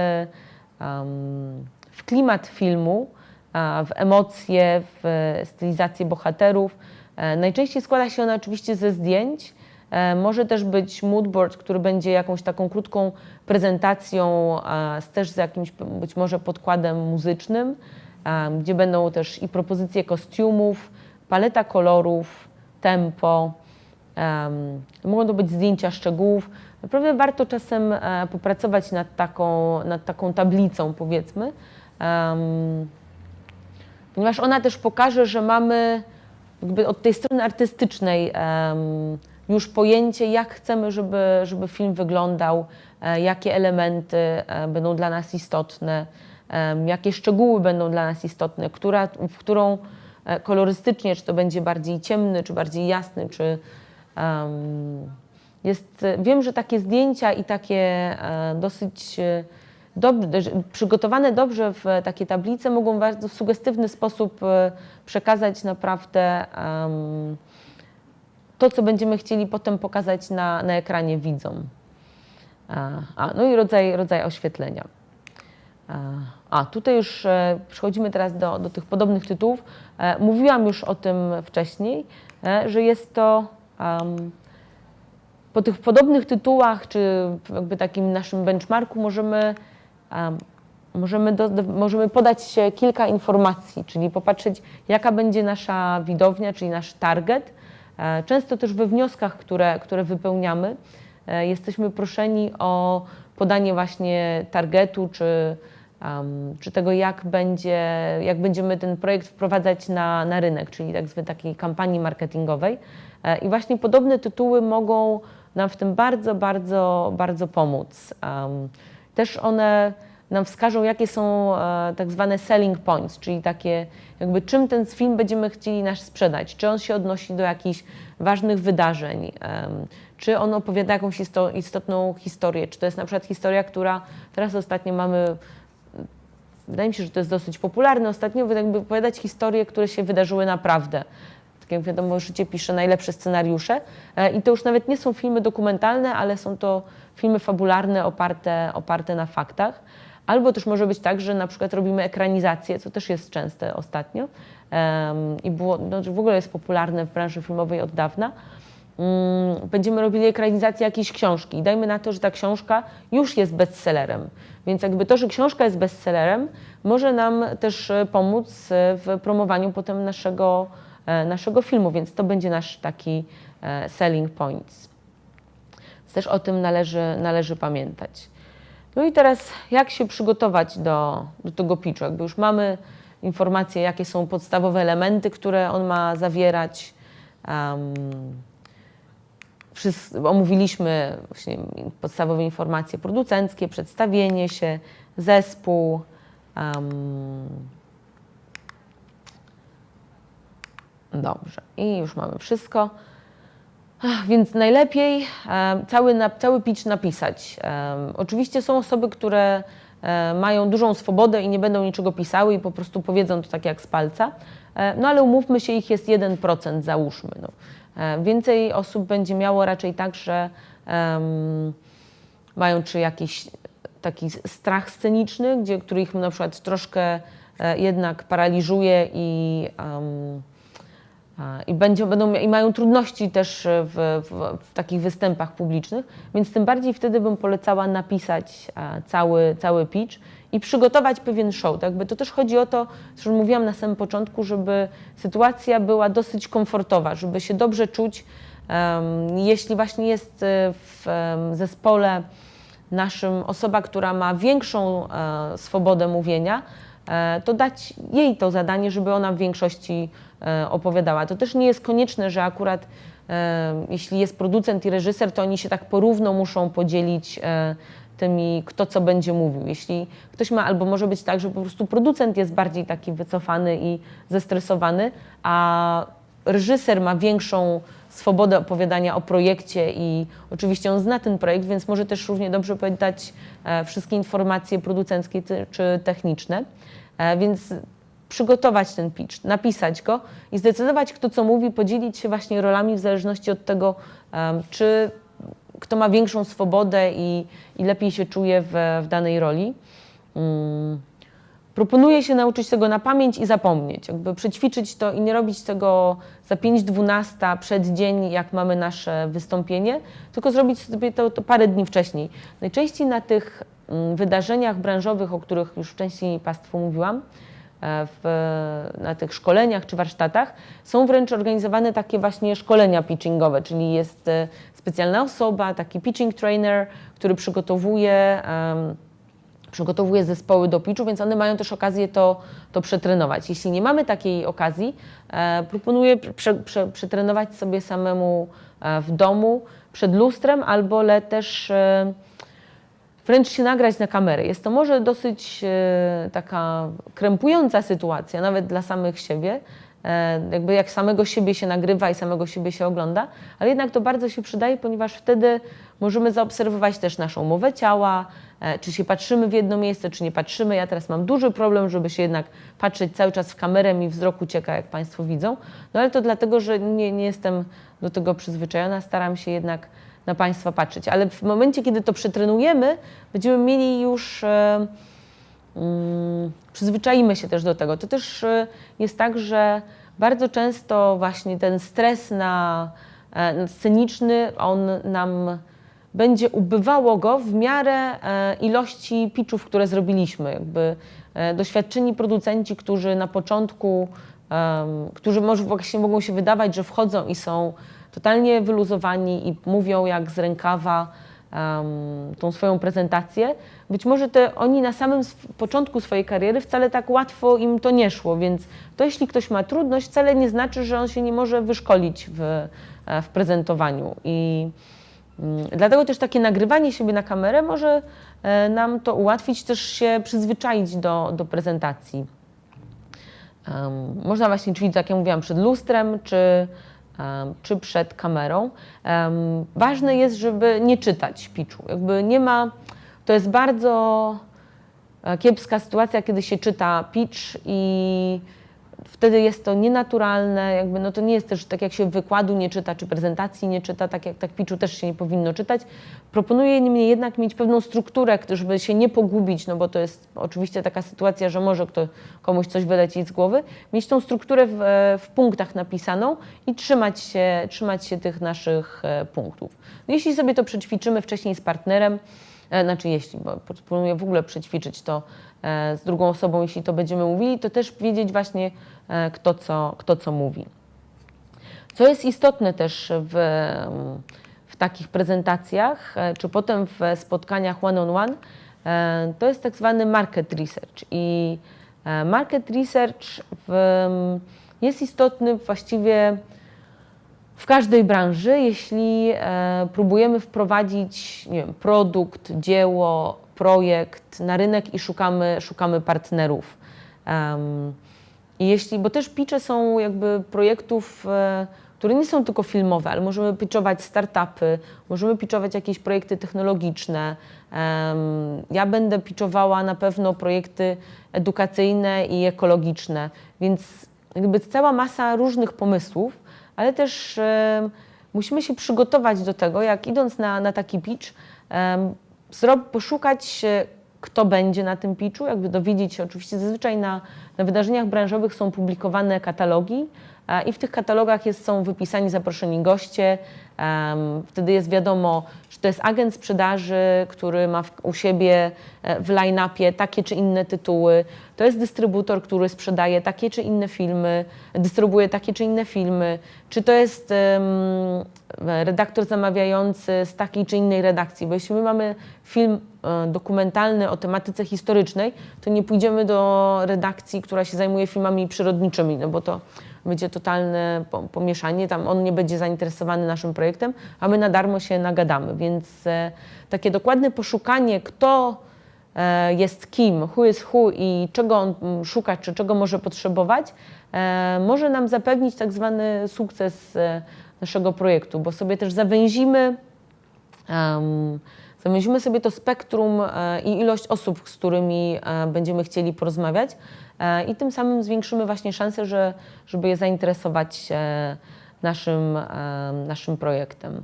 w klimat filmu, w emocje, w stylizację bohaterów. Najczęściej składa się ona oczywiście ze zdjęć. Może też być moodboard, który będzie jakąś taką krótką prezentacją, też z jakimś być może podkładem muzycznym, gdzie będą też i propozycje kostiumów, paleta kolorów, tempo. Mogą to być zdjęcia szczegółów. Naprawdę warto czasem popracować nad taką tablicą, powiedzmy, ponieważ ona też pokaże, że mamy jakby od tej strony artystycznej już pojęcie, jak chcemy, żeby film wyglądał, jakie elementy będą dla nas istotne, jakie szczegóły będą dla nas istotne, w którą kolorystycznie, czy to będzie bardziej ciemny, czy bardziej jasny, czy wiem, że takie zdjęcia i takie dosyć przygotowane dobrze w takie tablice mogą w bardzo sugestywny sposób przekazać naprawdę to, co będziemy chcieli potem pokazać na ekranie widzom. No i rodzaj oświetlenia. Tutaj już przechodzimy teraz do tych podobnych tytułów. Mówiłam już o tym wcześniej, że jest to po tych podobnych tytułach, czy jakby takim naszym benchmarku możemy podać kilka informacji, czyli popatrzeć, jaka będzie nasza widownia, czyli nasz target. Często też we wnioskach, które wypełniamy, jesteśmy proszeni o podanie właśnie targetu, czy tego, jak będziemy ten projekt wprowadzać na rynek, czyli tak zwanej takiej kampanii marketingowej. I właśnie podobne tytuły mogą nam w tym bardzo, bardzo, bardzo pomóc. Też one nam wskażą, jakie są tak zwane selling points, czyli takie jakby czym ten film będziemy chcieli nasz sprzedać, czy on się odnosi do jakichś ważnych wydarzeń, czy on opowiada jakąś istotną historię, czy to jest na przykład historia, która teraz ostatnio mamy wydaje mi się, że to jest dosyć popularne ostatnio, jakby opowiadać historie, które się wydarzyły naprawdę. Tak jak wiadomo, życie pisze najlepsze scenariusze i to już nawet nie są filmy dokumentalne, ale są to filmy fabularne oparte na faktach. Albo też może być tak, że na przykład robimy ekranizację, co też jest częste ostatnio i było, no, w ogóle jest popularne w branży filmowej od dawna. Będziemy robili ekranizację jakiejś książki i dajmy na to, że ta książka już jest bestsellerem. Więc jakby to, że książka jest bestsellerem, może nam też pomóc w promowaniu potem naszego filmu, więc to będzie nasz taki selling points. Więc też o tym należy pamiętać. No i teraz jak się przygotować do tego pitchu? Jakby już mamy informacje, jakie są podstawowe elementy, które on ma zawierać. Omówiliśmy właśnie podstawowe informacje producenckie, przedstawienie się, zespół. Dobrze, i już mamy wszystko. Więc najlepiej cały pitch napisać. Oczywiście są osoby, które mają dużą swobodę i nie będą niczego pisały i po prostu powiedzą to tak jak z palca. No ale umówmy się, ich jest 1%, załóżmy. No. Więcej osób będzie miało raczej tak, że mają czy jakiś taki strach sceniczny, który ich na przykład troszkę jednak paraliżuje i mają trudności też w takich występach publicznych, więc tym bardziej wtedy bym polecała napisać cały pitch i przygotować pewien show. Tak? Bo to też chodzi o to, co mówiłam na samym początku, żeby sytuacja była dosyć komfortowa, żeby się dobrze czuć. Jeśli właśnie jest w zespole naszym osoba, która ma większą swobodę mówienia, to dać jej to zadanie, żeby ona w większości opowiadała. To też nie jest konieczne, że akurat jeśli jest producent i reżyser, to oni się tak porówno muszą podzielić tymi, kto co będzie mówił. Jeśli ktoś ma, albo może być tak, że po prostu producent jest bardziej taki wycofany i zestresowany, a reżyser ma większą swobodę opowiadania o projekcie i oczywiście on zna ten projekt, więc może też równie dobrze dać wszystkie informacje producenckie czy techniczne. Więc przygotować ten pitch, napisać go i zdecydować, kto co mówi, podzielić się właśnie rolami w zależności od tego, czy kto ma większą swobodę i lepiej się czuje w danej roli. Proponuję się nauczyć tego na pamięć i zapomnieć, jakby przećwiczyć to i nie robić tego za 5:12 przed dzień, jak mamy nasze wystąpienie, tylko zrobić sobie to parę dni wcześniej. Najczęściej na tych wydarzeniach branżowych, o których już wcześniej Państwu mówiłam, na tych szkoleniach czy warsztatach, są wręcz organizowane takie właśnie szkolenia pitchingowe, czyli jest specjalna osoba, taki pitching trainer, który przygotowuje zespoły do pitchu, więc one mają też okazję to przetrenować. Jeśli nie mamy takiej okazji, proponuję przetrenować sobie samemu w domu przed lustrem albo też wręcz się nagrać na kamerę. Jest to może dosyć taka krępująca sytuacja, nawet dla samych siebie, jakby jak samego siebie się nagrywa i samego siebie się ogląda, ale jednak to bardzo się przydaje, ponieważ wtedy możemy zaobserwować też naszą mowę ciała, czy się patrzymy w jedno miejsce, czy nie patrzymy. Ja teraz mam duży problem, żeby się jednak patrzeć cały czas w kamerę, mi wzrok ucieka, jak Państwo widzą, no ale to dlatego, że nie jestem do tego przyzwyczajona, staram się jednak na Państwa patrzeć, ale w momencie, kiedy to przetrenujemy, będziemy mieli już, przyzwyczaimy się też do tego. To też jest tak, że bardzo często właśnie ten stres sceniczny, on nam będzie ubywało go w miarę ilości pitchów, które zrobiliśmy. Jakby doświadczeni producenci, którzy na początku, którzy może właśnie mogą się wydawać, że wchodzą i są totalnie wyluzowani i mówią jak z rękawa tą swoją prezentację. Być może oni na samym początku swojej kariery wcale tak łatwo im to nie szło, więc to jeśli ktoś ma trudność, wcale nie znaczy, że on się nie może wyszkolić w prezentowaniu. I dlatego też takie nagrywanie siebie na kamerę może nam to ułatwić, też się przyzwyczaić do prezentacji. Można właśnie ćwiczyć, jak ja mówiłam, przed lustrem, czy przed kamerą. Ważne jest, żeby nie czytać pitchu. Jakby nie ma, to jest bardzo kiepska sytuacja, kiedy się czyta pitch i wtedy jest to nienaturalne, jakby no to nie jest też tak, jak się wykładu nie czyta, czy prezentacji nie czyta, tak jak tak pitchu też się nie powinno czytać. Proponuję niemniej jednak mieć pewną strukturę, żeby się nie pogubić, no bo to jest oczywiście taka sytuacja, że może komuś coś wylecieć z głowy, mieć tą strukturę w punktach napisaną i trzymać się tych naszych punktów. No jeśli sobie to przećwiczymy wcześniej z partnerem, bo proponuję w ogóle przećwiczyć to z drugą osobą, jeśli to będziemy mówili, to też wiedzieć właśnie kto co mówi. Co jest istotne też w takich prezentacjach, czy potem w spotkaniach one-on-one, to jest tak zwany market research. I market research jest istotny właściwie w każdej branży, jeśli próbujemy wprowadzić, nie wiem, produkt, dzieło, projekt na rynek i szukamy partnerów. Bo też pitche są jakby projektów, które nie są tylko filmowe, ale możemy pitchować startupy, możemy pitchować jakieś projekty technologiczne. Ja będę pitchowała na pewno projekty edukacyjne i ekologiczne, więc jakby cała masa różnych pomysłów, ale też musimy się przygotować do tego, jak idąc na taki pitch, poszukać, kto będzie na tym pitchu, jakby dowiedzieć się. Oczywiście zazwyczaj na wydarzeniach branżowych są publikowane katalogi i w tych katalogach są wypisani zaproszeni goście. Wtedy jest wiadomo, że to jest agent sprzedaży, który ma u siebie w line-upie takie czy inne tytuły. To jest dystrybutor, który sprzedaje takie czy inne filmy, dystrybuuje takie czy inne filmy. Czy to jest redaktor zamawiający z takiej czy innej redakcji. Bo jeśli my mamy film dokumentalny o tematyce historycznej, to nie pójdziemy do redakcji, która się zajmuje filmami przyrodniczymi, no bo to będzie totalne pomieszanie, tam on nie będzie zainteresowany naszym projektem, a my na darmo się nagadamy, więc takie dokładne poszukanie, kto jest kim, who is who i czego on szuka, czy czego może potrzebować, może nam zapewnić tak zwany sukces naszego projektu, bo sobie też zawęzimy sobie to spektrum i ilość osób, z którymi będziemy chcieli porozmawiać i tym samym zwiększymy właśnie szansę, żeby je zainteresować naszym projektem.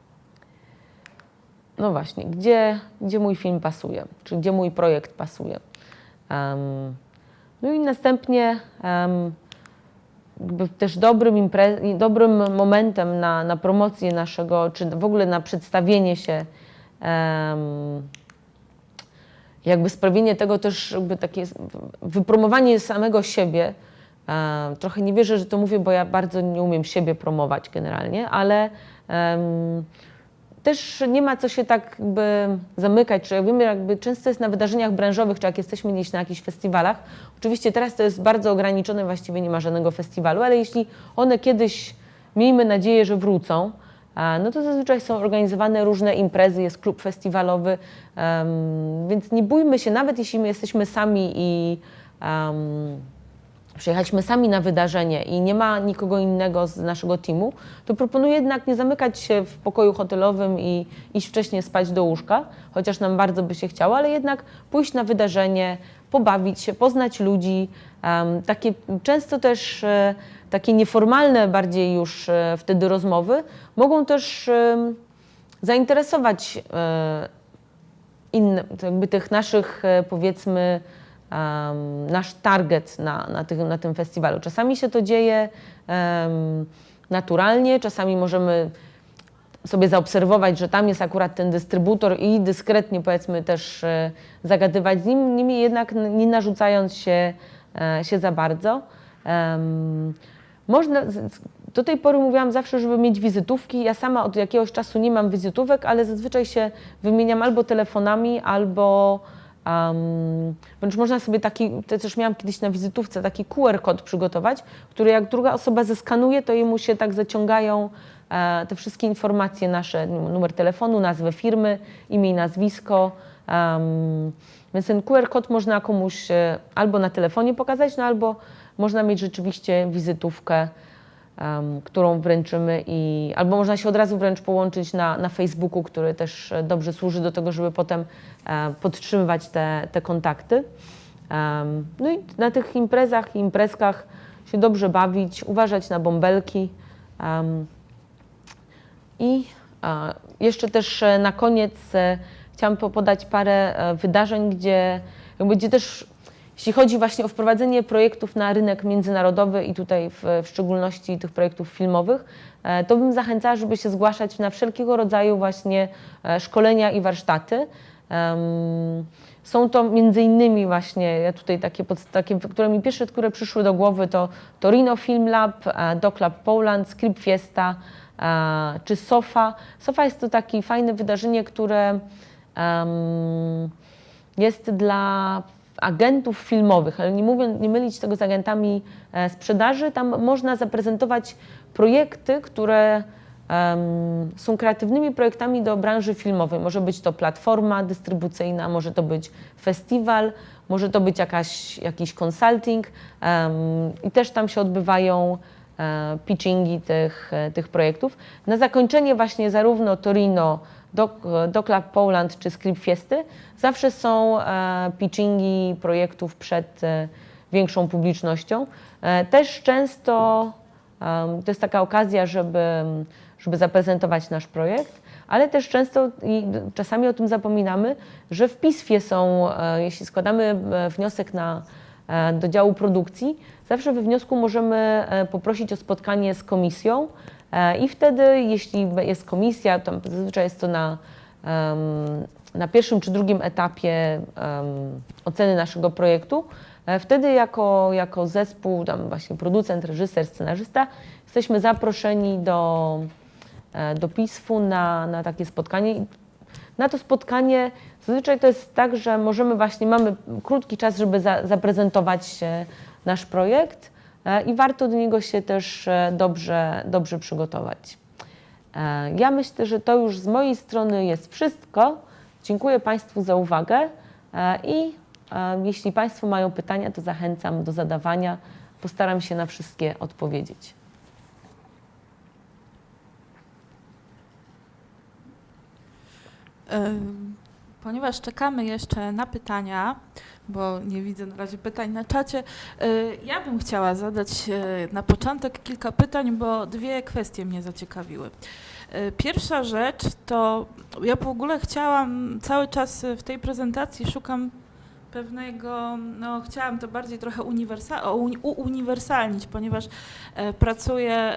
No właśnie, gdzie mój film pasuje, czy gdzie mój projekt pasuje. No i następnie jakby też dobrym momentem na promocję naszego, czy w ogóle na przedstawienie się, jakby sprawienie tego też, jakby takie wypromowanie samego siebie. Trochę nie wierzę, że to mówię, bo ja bardzo nie umiem siebie promować generalnie, ale też nie ma co się tak jakby zamykać, czy jak wiemy, jakby często jest na wydarzeniach branżowych, czy jak jesteśmy gdzieś na jakichś festiwalach. Oczywiście teraz to jest bardzo ograniczone, właściwie nie ma żadnego festiwalu, ale jeśli one kiedyś, miejmy nadzieję, że wrócą, no to zazwyczaj są organizowane różne imprezy, jest klub festiwalowy, więc nie bójmy się, nawet jeśli my jesteśmy sami i przyjechaliśmy sami na wydarzenie i nie ma nikogo innego z naszego teamu, to proponuję jednak nie zamykać się w pokoju hotelowym i iść wcześniej spać do łóżka, chociaż nam bardzo by się chciało, ale jednak pójść na wydarzenie, pobawić się, poznać ludzi. Takie często też takie nieformalne bardziej już wtedy rozmowy mogą też zainteresować jakby tych naszych, powiedzmy, nasz target na tym festiwalu. Czasami się to dzieje naturalnie, czasami możemy sobie zaobserwować, że tam jest akurat ten dystrybutor i dyskretnie, powiedzmy, też zagadywać z nim, niemniej jednak nie narzucając się za bardzo. Można, do tej pory mówiłam zawsze, żeby mieć wizytówki. Ja sama od jakiegoś czasu nie mam wizytówek, ale zazwyczaj się wymieniam albo telefonami, albo wręcz można sobie to też miałam kiedyś na wizytówce, taki QR-kod przygotować, który jak druga osoba zeskanuje, to jemu się tak zaciągają te wszystkie informacje nasze, numer telefonu, nazwę firmy, imię i nazwisko. Więc ten QR-kod można komuś albo na telefonie pokazać, no albo można mieć rzeczywiście wizytówkę. którą wręczymy albo można się od razu wręcz połączyć na Facebooku, który też dobrze służy do tego, żeby potem podtrzymywać te kontakty. No i na tych imprezach i imprezkach się dobrze bawić, uważać na bąbelki. I jeszcze też na koniec chciałam podać parę wydarzeń, gdzie też, jeśli chodzi właśnie o wprowadzenie projektów na rynek międzynarodowy i tutaj w szczególności tych projektów filmowych, to bym zachęcała, żeby się zgłaszać na wszelkiego rodzaju właśnie szkolenia i warsztaty. Są to między innymi właśnie, ja tutaj które przyszły do głowy, to Torino Film Lab, Doc Lab Poland, Script Fiesta czy SOFA. SOFA jest to takie fajne wydarzenie, które jest dla agentów filmowych, ale nie mylić tego z agentami sprzedaży. Tam można zaprezentować projekty, które są kreatywnymi projektami do branży filmowej. Może być to platforma dystrybucyjna, może to być festiwal, może to być jakiś consulting i też tam się odbywają pitchingi tych projektów. Na zakończenie właśnie zarówno Torino, Doc Lab Poland czy Script Fiesty zawsze są pitchingi projektów przed większą publicznością. Też często to jest taka okazja, żeby zaprezentować nasz projekt, ale też często i czasami o tym zapominamy, że w PISF-ie są, jeśli składamy wniosek do działu produkcji, zawsze we wniosku możemy poprosić o spotkanie z komisją i wtedy, jeśli jest komisja, to zazwyczaj jest to na pierwszym czy drugim etapie oceny naszego projektu, wtedy jako zespół, tam właśnie producent, reżyser, scenarzysta, jesteśmy zaproszeni do PISF-u na takie spotkanie. I na to spotkanie zazwyczaj to jest tak, że mamy krótki czas, żeby zaprezentować nasz projekt i warto do niego się też dobrze przygotować. Ja myślę, że to już z mojej strony jest wszystko. Dziękuję Państwu za uwagę i jeśli Państwo mają pytania, to zachęcam do zadawania. Postaram się na wszystkie odpowiedzieć. Ponieważ czekamy jeszcze na pytania, bo nie widzę na razie pytań na czacie, ja bym chciała zadać na początek kilka pytań, bo dwie kwestie mnie zaciekawiły. Pierwsza rzecz to, ja w ogóle cały czas w tej szukam pewnego, chciałam to bardziej trochę uniwersalnić, ponieważ pracuję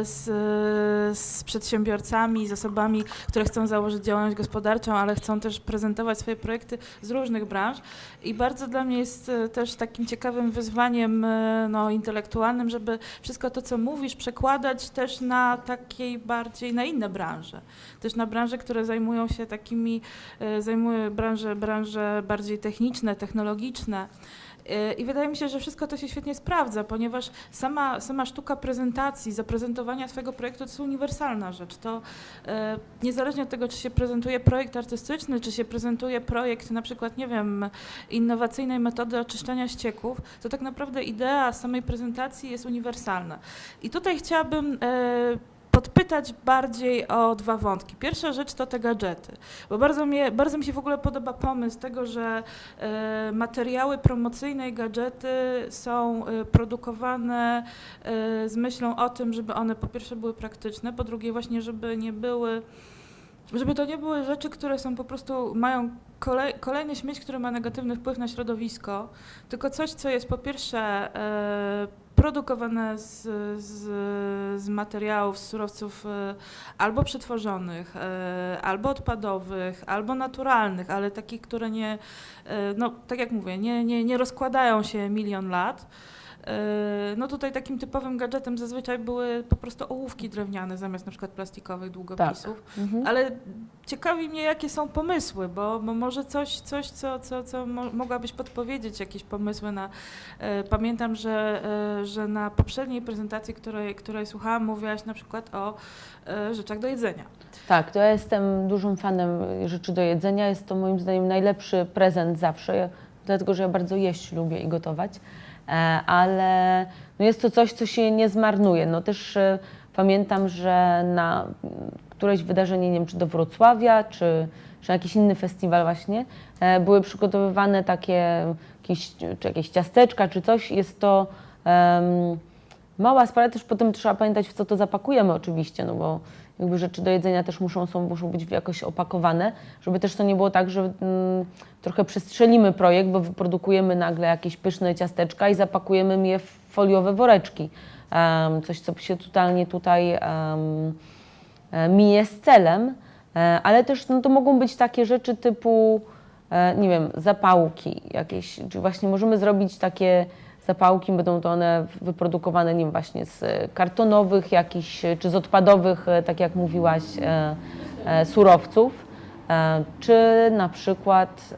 z przedsiębiorcami, z osobami, które chcą założyć działalność gospodarczą, ale chcą też prezentować swoje projekty z różnych branż i bardzo dla mnie jest też takim ciekawym wyzwaniem intelektualnym, żeby wszystko to, co mówisz, przekładać też na na inne branże. Też na branże, które zajmują się branże bardziej techniczne, technologiczne. I wydaje mi się, że wszystko to się świetnie sprawdza, ponieważ sama sztuka prezentacji, zaprezentowania swojego projektu to jest uniwersalna rzecz. To niezależnie od tego, czy się prezentuje projekt artystyczny, czy się prezentuje projekt na przykład, nie wiem, innowacyjnej metody oczyszczania ścieków, to tak naprawdę idea samej prezentacji jest uniwersalna. I tutaj chciałabym podpytać bardziej o dwa wątki. Pierwsza rzecz to te gadżety, bo bardzo mi się w ogóle podoba pomysł tego, że materiały promocyjne i gadżety są produkowane z myślą o tym, żeby one po pierwsze były praktyczne, po drugie właśnie, żeby to nie były rzeczy, które są po prostu, mają kolejny śmieć, który ma negatywny wpływ na środowisko, tylko coś, co jest po pierwsze produkowane z materiałów, z surowców albo przetworzonych, albo odpadowych, albo naturalnych, ale takich, które tak jak mówię, nie rozkładają się milion lat. Tutaj takim typowym gadżetem zazwyczaj były po prostu ołówki drewniane zamiast na przykład plastikowych długopisów. Tak. Ale ciekawi mnie, jakie są pomysły, bo może coś co mogłabyś podpowiedzieć, jakieś pomysły na... Pamiętam, że na poprzedniej prezentacji, której słuchałam, mówiłaś na przykład o rzeczach do jedzenia. Tak, to ja jestem dużym fanem rzeczy do jedzenia. Jest to moim zdaniem najlepszy prezent zawsze, dlatego że ja bardzo jeść lubię i gotować. ale no jest to coś, co się nie zmarnuje. No też pamiętam, że na któreś wydarzenie, nie wiem, czy do Wrocławia, czy na jakiś inny festiwal właśnie, były przygotowywane takie jakieś ciasteczka, czy coś. Jest to mała sprawa, też potem trzeba pamiętać, w co to zapakujemy oczywiście, no bo jakby rzeczy do jedzenia też muszą być jakoś opakowane, żeby też to nie było tak, że trochę przestrzelimy projekt, bo wyprodukujemy nagle jakieś pyszne ciasteczka i zapakujemy je w foliowe woreczki. Coś, co się totalnie tutaj mije z celem, ale też no, to mogą być takie rzeczy typu, nie wiem, zapałki jakieś, czy właśnie możemy zrobić takie zapałki, będą to one wyprodukowane, nie wiem, właśnie z kartonowych jakichś, czy z odpadowych, tak jak mówiłaś, surowców, czy na przykład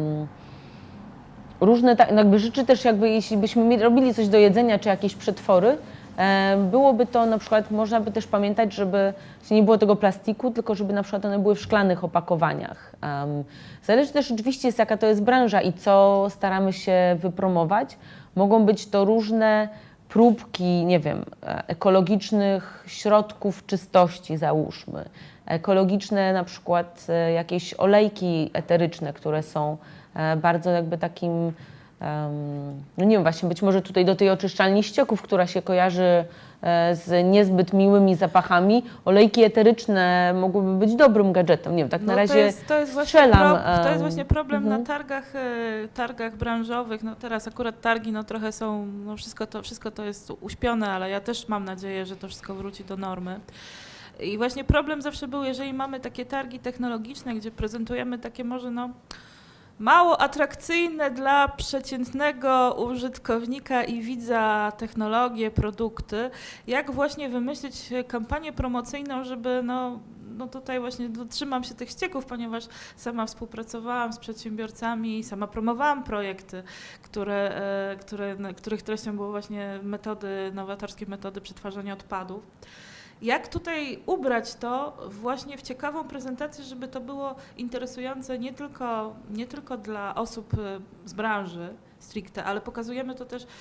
różne jakby rzeczy też, jakby jeśli byśmy robili coś do jedzenia, czy jakieś przetwory, byłoby to na przykład, można by też pamiętać, żeby nie było tego plastiku, tylko żeby na przykład one były w szklanych opakowaniach. Zależy też oczywiście, jaka to jest branża i co staramy się wypromować. Mogą być to różne próbki, nie wiem, ekologicznych środków czystości, załóżmy. Ekologiczne na przykład jakieś olejki eteryczne, które są bardzo jakby takim, no nie wiem, właśnie być może tutaj do tej oczyszczalni ścieków, która się kojarzy z niezbyt miłymi zapachami, olejki eteryczne mogłyby być dobrym gadżetem. Nie wiem, tak na razie strzelam. To jest właśnie problem na targach branżowych. No teraz akurat targi no trochę są, no wszystko to jest uśpione, ale ja też mam nadzieję, że to wszystko wróci do normy. I właśnie problem zawsze był, jeżeli mamy takie targi technologiczne, gdzie prezentujemy takie może no mało atrakcyjne dla przeciętnego użytkownika i widza technologie, produkty, jak właśnie wymyślić kampanię promocyjną, żeby no tutaj właśnie trzymam się tych ścieków, ponieważ sama współpracowałam z przedsiębiorcami, sama promowałam projekty, których treścią były właśnie nowatorskie metody przetwarzania odpadów. Jak tutaj ubrać to właśnie w ciekawą prezentację, żeby to było interesujące nie tylko dla osób z branży stricte, ale pokazujemy to też,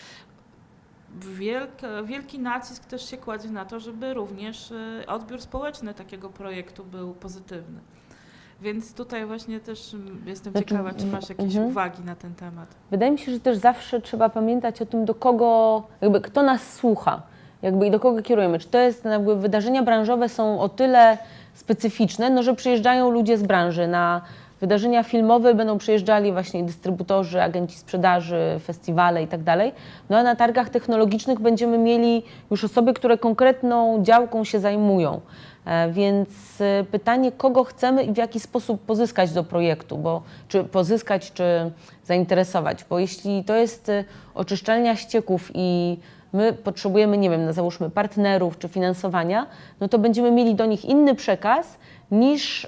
wielki nacisk też się kładzie na to, żeby również odbiór społeczny takiego projektu był pozytywny. Więc tutaj właśnie też jestem ciekawa, czy masz jakieś uwagi na ten temat. Wydaje mi się, że też zawsze trzeba pamiętać o tym, do kogo, jakby kto nas słucha. Jakby i do kogo kierujemy. Czy to jest, jakby wydarzenia branżowe są o tyle specyficzne, no, że przyjeżdżają ludzie z branży. Na wydarzenia filmowe będą przyjeżdżali właśnie dystrybutorzy, agenci sprzedaży, festiwale i tak dalej. No a na targach technologicznych będziemy mieli już osoby, które konkretną działką się zajmują. Więc pytanie, kogo chcemy i w jaki sposób pozyskać do projektu, czy zainteresować, bo jeśli to jest oczyszczalnia ścieków i my potrzebujemy, nie wiem, załóżmy partnerów czy finansowania, no to będziemy mieli do nich inny przekaz niż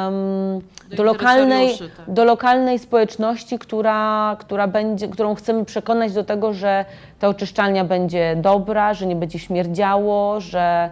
do lokalnej społeczności, którą chcemy przekonać do tego, że ta oczyszczalnia będzie dobra, że nie będzie śmierdziało, że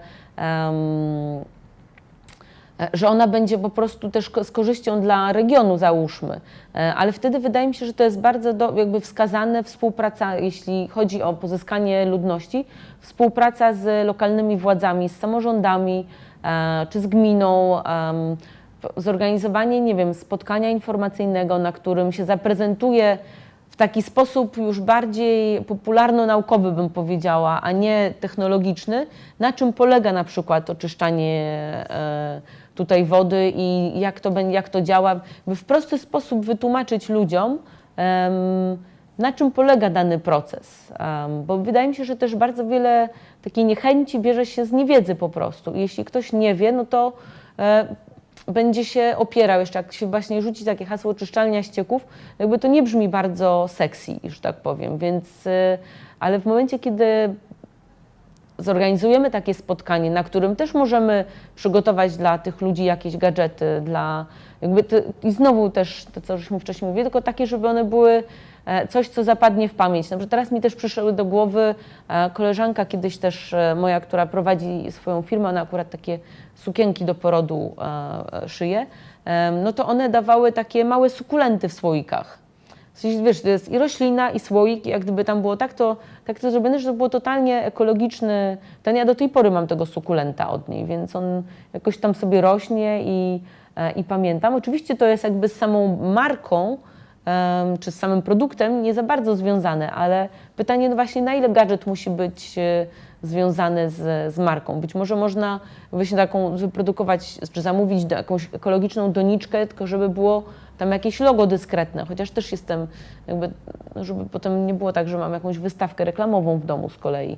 ona będzie po prostu też z korzyścią dla regionu, załóżmy. Ale wtedy wydaje mi się, że to jest bardzo jakby wskazane współpraca, jeśli chodzi o pozyskanie ludności, współpraca z lokalnymi władzami, z samorządami czy z gminą, zorganizowanie, nie wiem, spotkania informacyjnego, na którym się zaprezentuje w taki sposób już bardziej popularno-naukowy, bym powiedziała, a nie technologiczny, na czym polega na przykład oczyszczanie tutaj wody i jak to działa, by w prosty sposób wytłumaczyć ludziom, na czym polega dany proces. Bo wydaje mi się, że też bardzo wiele takiej niechęci bierze się z niewiedzy po prostu. I jeśli ktoś nie wie, no to będzie się opierał, jeszcze jak się właśnie rzuci takie hasło oczyszczalnia ścieków, jakby to nie brzmi bardzo sexy, że tak powiem, więc, ale w momencie, kiedy zorganizujemy takie spotkanie, na którym też możemy przygotować dla tych ludzi jakieś gadżety, i znowu też to, co żeśmy wcześniej mówili, tylko takie, żeby one były coś, co zapadnie w pamięć. Na przykład teraz mi też przyszły do głowy koleżanka kiedyś też moja, która prowadzi swoją firmę, ona akurat takie sukienki do porodu szyje, no to one dawały takie małe sukulenty w słoikach. W sensie, wiesz, to jest i roślina, i słoik, jak gdyby tam było tak to zrobione, że to było totalnie ekologiczny. Ja do tej pory mam tego sukulenta od niej, więc on jakoś tam sobie rośnie i pamiętam. Oczywiście to jest jakby z samą marką, czy z samym produktem nie za bardzo związane, ale pytanie no właśnie, na ile gadżet musi być związany z marką. Być może można właśnie taką wyprodukować, czy zamówić jakąś ekologiczną doniczkę, tylko żeby było tam jakieś logo dyskretne, chociaż też jestem jakby, no żeby potem nie było tak, że mam jakąś wystawkę reklamową w domu z kolei.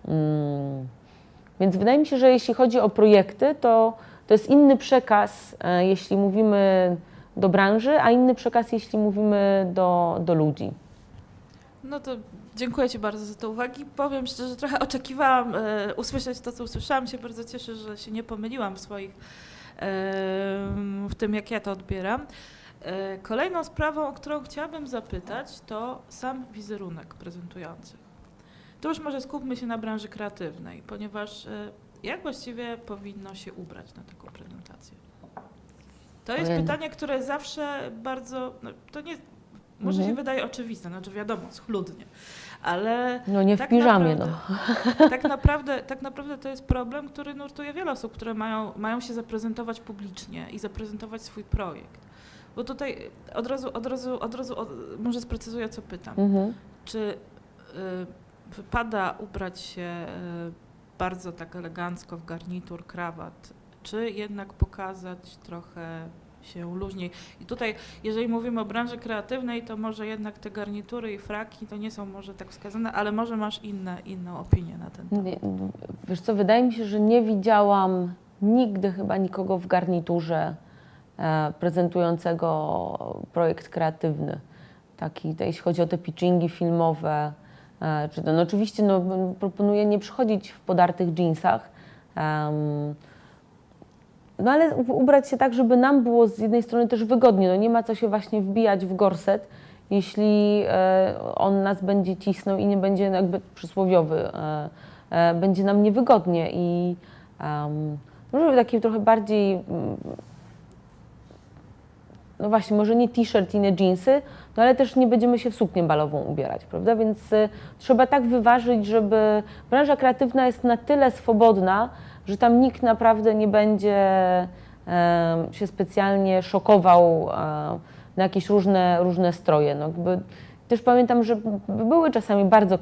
Więc wydaje mi się, że jeśli chodzi o projekty, to jest inny przekaz, jeśli mówimy do branży, a inny przekaz, jeśli mówimy do ludzi. No to dziękuję Ci bardzo za te uwagi. Powiem szczerze, trochę oczekiwałam usłyszeć to, co usłyszałam. Się bardzo cieszę, że się nie pomyliłam w tym, jak ja to odbieram. Kolejną sprawą, o którą chciałabym zapytać, to sam wizerunek prezentujących. Tu już może skupmy się na branży kreatywnej, ponieważ jak właściwie powinno się ubrać na taką prezentację? To jest pytanie, które zawsze bardzo, no, to nie, może się wydaje oczywiste, znaczy wiadomo, schludnie, ale no nie tak w piżamie, naprawdę, tak naprawdę to jest problem, który nurtuje wiele osób, które mają się zaprezentować publicznie i zaprezentować swój projekt. Bo tutaj od razu może sprecyzuję, co pytam. Czy wypada ubrać się bardzo tak elegancko w garnitur, krawat, czy jednak pokazać trochę się luźniej? I tutaj, jeżeli mówimy o branży kreatywnej, to może jednak te garnitury i fraki to nie są może tak wskazane, ale może masz inną opinię na ten temat. Wiesz co, wydaje mi się, że nie widziałam nigdy chyba nikogo w garniturze prezentującego projekt kreatywny. Jeśli chodzi o te pitchingi filmowe, czy to, no oczywiście no, proponuję nie przychodzić w podartych dżinsach, no ale ubrać się tak, żeby nam było z jednej strony też wygodnie. No nie ma co się właśnie wbijać w gorset, jeśli on nas będzie cisnął i nie będzie jakby przysłowiowy, będzie nam niewygodnie i może taki trochę bardziej, no właśnie, może nie t-shirt i nie dżinsy, no ale też nie będziemy się w suknię balową ubierać, prawda? Więc trzeba tak wyważyć, żeby branża kreatywna jest na tyle swobodna, że tam nikt naprawdę nie będzie się specjalnie szokował na jakieś różne stroje. No jakby, też pamiętam, że były czasami bardzo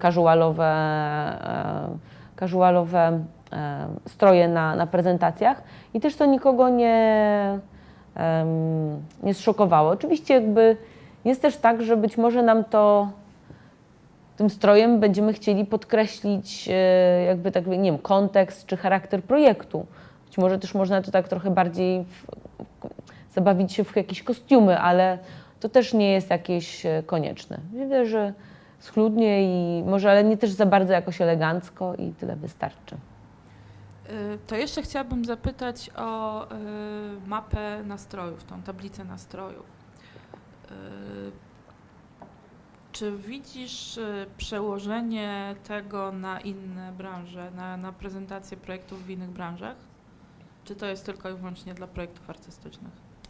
casualowe stroje na prezentacjach i też to nikogo nie zszokowało. Oczywiście jakby jest też tak, że być może nam tym strojem będziemy chcieli podkreślić jakby tak, nie wiem, kontekst czy charakter projektu. Być może też można to tak trochę bardziej zabawić się w jakieś kostiumy, ale to też nie jest jakieś konieczne. Myślę, że schludnie i może, ale nie też za bardzo jakoś elegancko i tyle wystarczy. To jeszcze chciałabym zapytać o mapę nastrojów, tą tablicę nastrojów. Czy widzisz przełożenie tego na inne branże, na prezentację projektów w innych branżach? Czy to jest tylko i wyłącznie dla projektów artystycznych?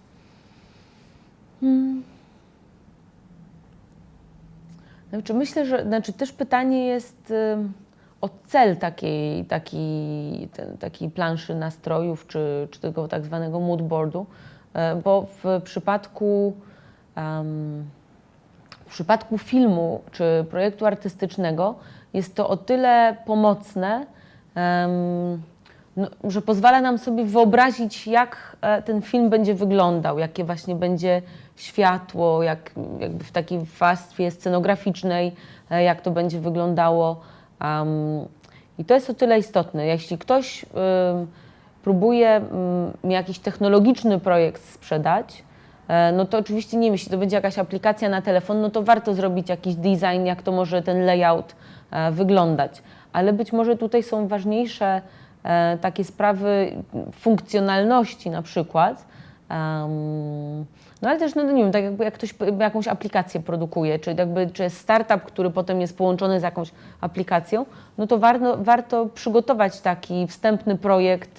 Znaczy myślę, że też pytanie jest o cel takiej planszy nastrojów, czy tego tak zwanego moodboardu, bo w przypadku filmu czy projektu artystycznego jest to o tyle pomocne, no, że pozwala nam sobie wyobrazić, jak ten film będzie wyglądał, jakie właśnie będzie światło, jakby w takiej warstwie scenograficznej, jak to będzie wyglądało. I to jest o tyle istotne. Jeśli ktoś próbuje mi jakiś technologiczny projekt sprzedać, no to oczywiście nie wiem, jeśli to będzie jakaś aplikacja na telefon, no to warto zrobić jakiś design, jak to może ten layout wyglądać. Ale być może tutaj są ważniejsze takie sprawy funkcjonalności na przykład. No ale też, no nie wiem, tak jakby jak ktoś jakąś aplikację produkuje, czy jest startup, który potem jest połączony z jakąś aplikacją, no to warto przygotować taki wstępny projekt,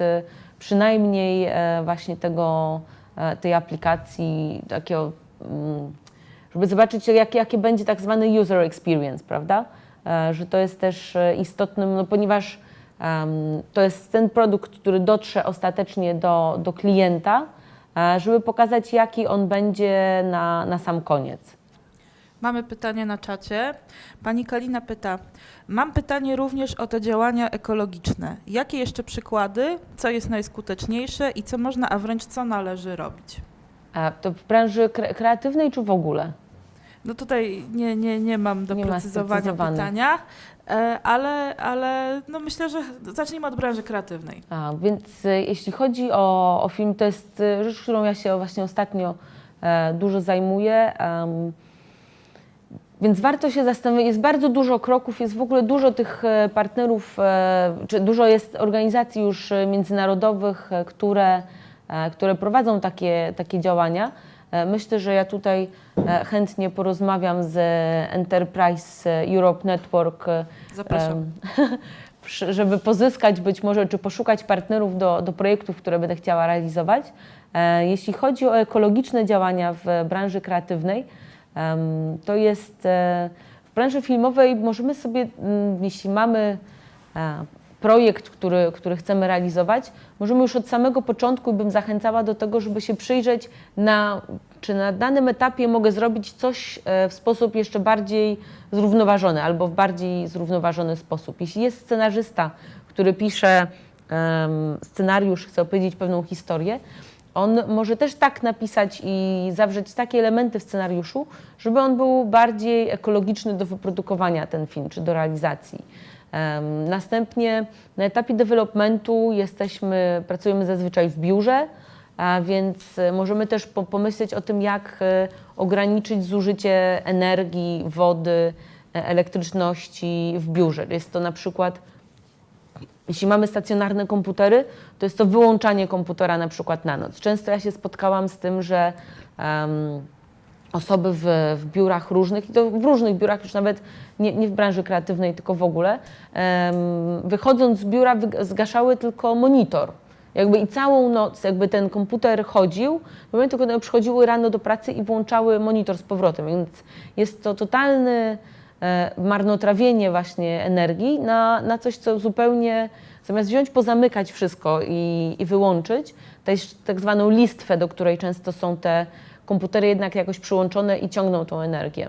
przynajmniej właśnie tej aplikacji, takiego, żeby zobaczyć, jakie będzie tak zwany user experience, prawda? Że to jest też istotnym, no ponieważ to jest ten produkt, który dotrze ostatecznie do klienta, żeby pokazać, jaki on będzie na sam koniec. Mamy pytanie na czacie. Pani Kalina pyta, mam pytanie również o te działania ekologiczne. Jakie jeszcze przykłady, co jest najskuteczniejsze i co można, a wręcz co należy robić? A to w branży kreatywnej czy w ogóle? No tutaj nie mam doprecyzowania pytania, ale no myślę, że zacznijmy od branży kreatywnej. Więc jeśli chodzi o film, to jest rzecz, którą ja się właśnie ostatnio dużo zajmuję. Więc warto się zastanowić, jest bardzo dużo kroków, jest w ogóle dużo tych partnerów, czy dużo jest organizacji już międzynarodowych, które prowadzą takie działania. Myślę, że ja tutaj chętnie porozmawiam z Enterprise Europe Network. Zapraszam. Żeby pozyskać być może, czy poszukać partnerów do projektów, które będę chciała realizować. Jeśli chodzi o ekologiczne działania w branży kreatywnej, to jest w branży filmowej możemy sobie, jeśli mamy projekt, który chcemy realizować, możemy już od samego początku, bym zachęcała do tego, żeby się przyjrzeć, czy na danym etapie mogę zrobić coś w sposób jeszcze bardziej zrównoważony albo w bardziej zrównoważony sposób. Jeśli jest scenarzysta, który pisze scenariusz, chce opowiedzieć pewną historię, on może też tak napisać i zawrzeć takie elementy w scenariuszu, żeby on był bardziej ekologiczny do wyprodukowania, ten film, czy do realizacji. Następnie na etapie developmentu pracujemy zazwyczaj w biurze, a więc możemy też pomyśleć o tym, jak ograniczyć zużycie energii, wody, elektryczności w biurze. Jest to na przykład, jeśli mamy stacjonarne komputery, to jest to wyłączanie komputera na przykład na noc. Często ja się spotkałam z tym, że osoby w biurach różnych, i to w różnych biurach, już nawet nie w branży kreatywnej, tylko w ogóle, wychodząc z biura zgaszały tylko monitor. I całą noc ten komputer chodził, w momencie, kiedy przychodziły rano do pracy i włączały monitor z powrotem. Więc jest to totalne marnotrawienie właśnie energii na coś, co zupełnie, zamiast wziąć, pozamykać wszystko i wyłączyć, tak zwaną listwę, do której często są te komputery jednak jakoś przyłączone i ciągną tą energię.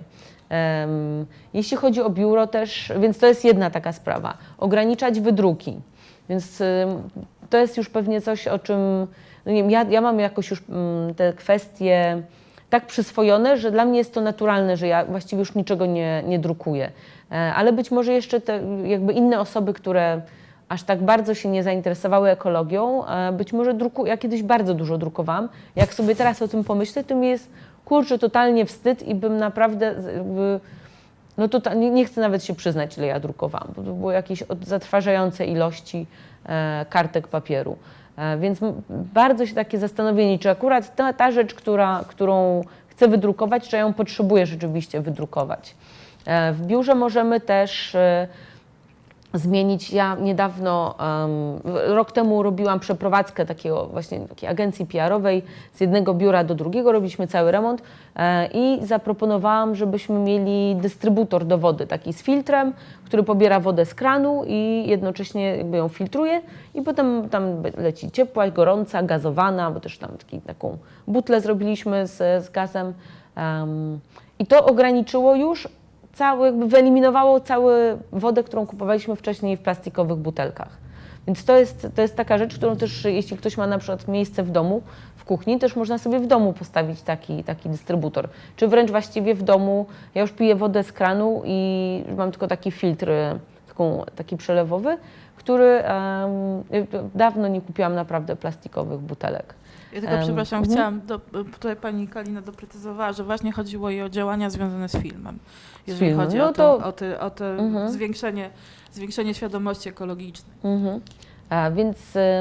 Jeśli chodzi o biuro też, więc to jest jedna taka sprawa. Ograniczać wydruki. Więc to jest już pewnie coś, o czym, no nie wiem, ja mam jakoś już te kwestie tak przyswojone, że dla mnie jest to naturalne, że ja właściwie już niczego nie drukuję. Ale być może jeszcze te inne osoby, które aż tak bardzo się nie zainteresowały ekologią, być może ja kiedyś bardzo dużo drukowałam. Jak sobie teraz o tym pomyślę, to mi jest, kurczę, totalnie wstyd i bym naprawdę, no to nie chcę nawet się przyznać, ile ja drukowałam, bo to było jakieś zatrważające ilości kartek papieru. Więc bardzo się takie zastanowienie, czy akurat ta rzecz, którą chcę wydrukować, czy ja ją potrzebuję rzeczywiście wydrukować. W biurze możemy też zmienić. Ja niedawno, rok temu robiłam przeprowadzkę takiej agencji PR-owej z jednego biura do drugiego, robiliśmy cały remont i zaproponowałam, żebyśmy mieli dystrybutor do wody, taki z filtrem, który pobiera wodę z kranu i jednocześnie ją filtruje i potem tam leci ciepła, gorąca, gazowana, bo też tam taką butlę zrobiliśmy z gazem i to ograniczyło już wyeliminowało całą wodę, którą kupowaliśmy wcześniej w plastikowych butelkach. Więc to jest taka rzecz, którą też, jeśli ktoś ma na przykład miejsce w domu, w kuchni, też można sobie w domu postawić taki dystrybutor. Czy wręcz właściwie w domu, ja już piję wodę z kranu i mam tylko taki filtr, taki przelewowy, który dawno nie kupiłam naprawdę plastikowych butelek. Ja tylko przepraszam, chciałam, tutaj pani Kalina doprecyzowała, że właśnie chodziło jej o działania związane z filmem. Jeżeli chodzi o zwiększenie świadomości ekologicznej. Więc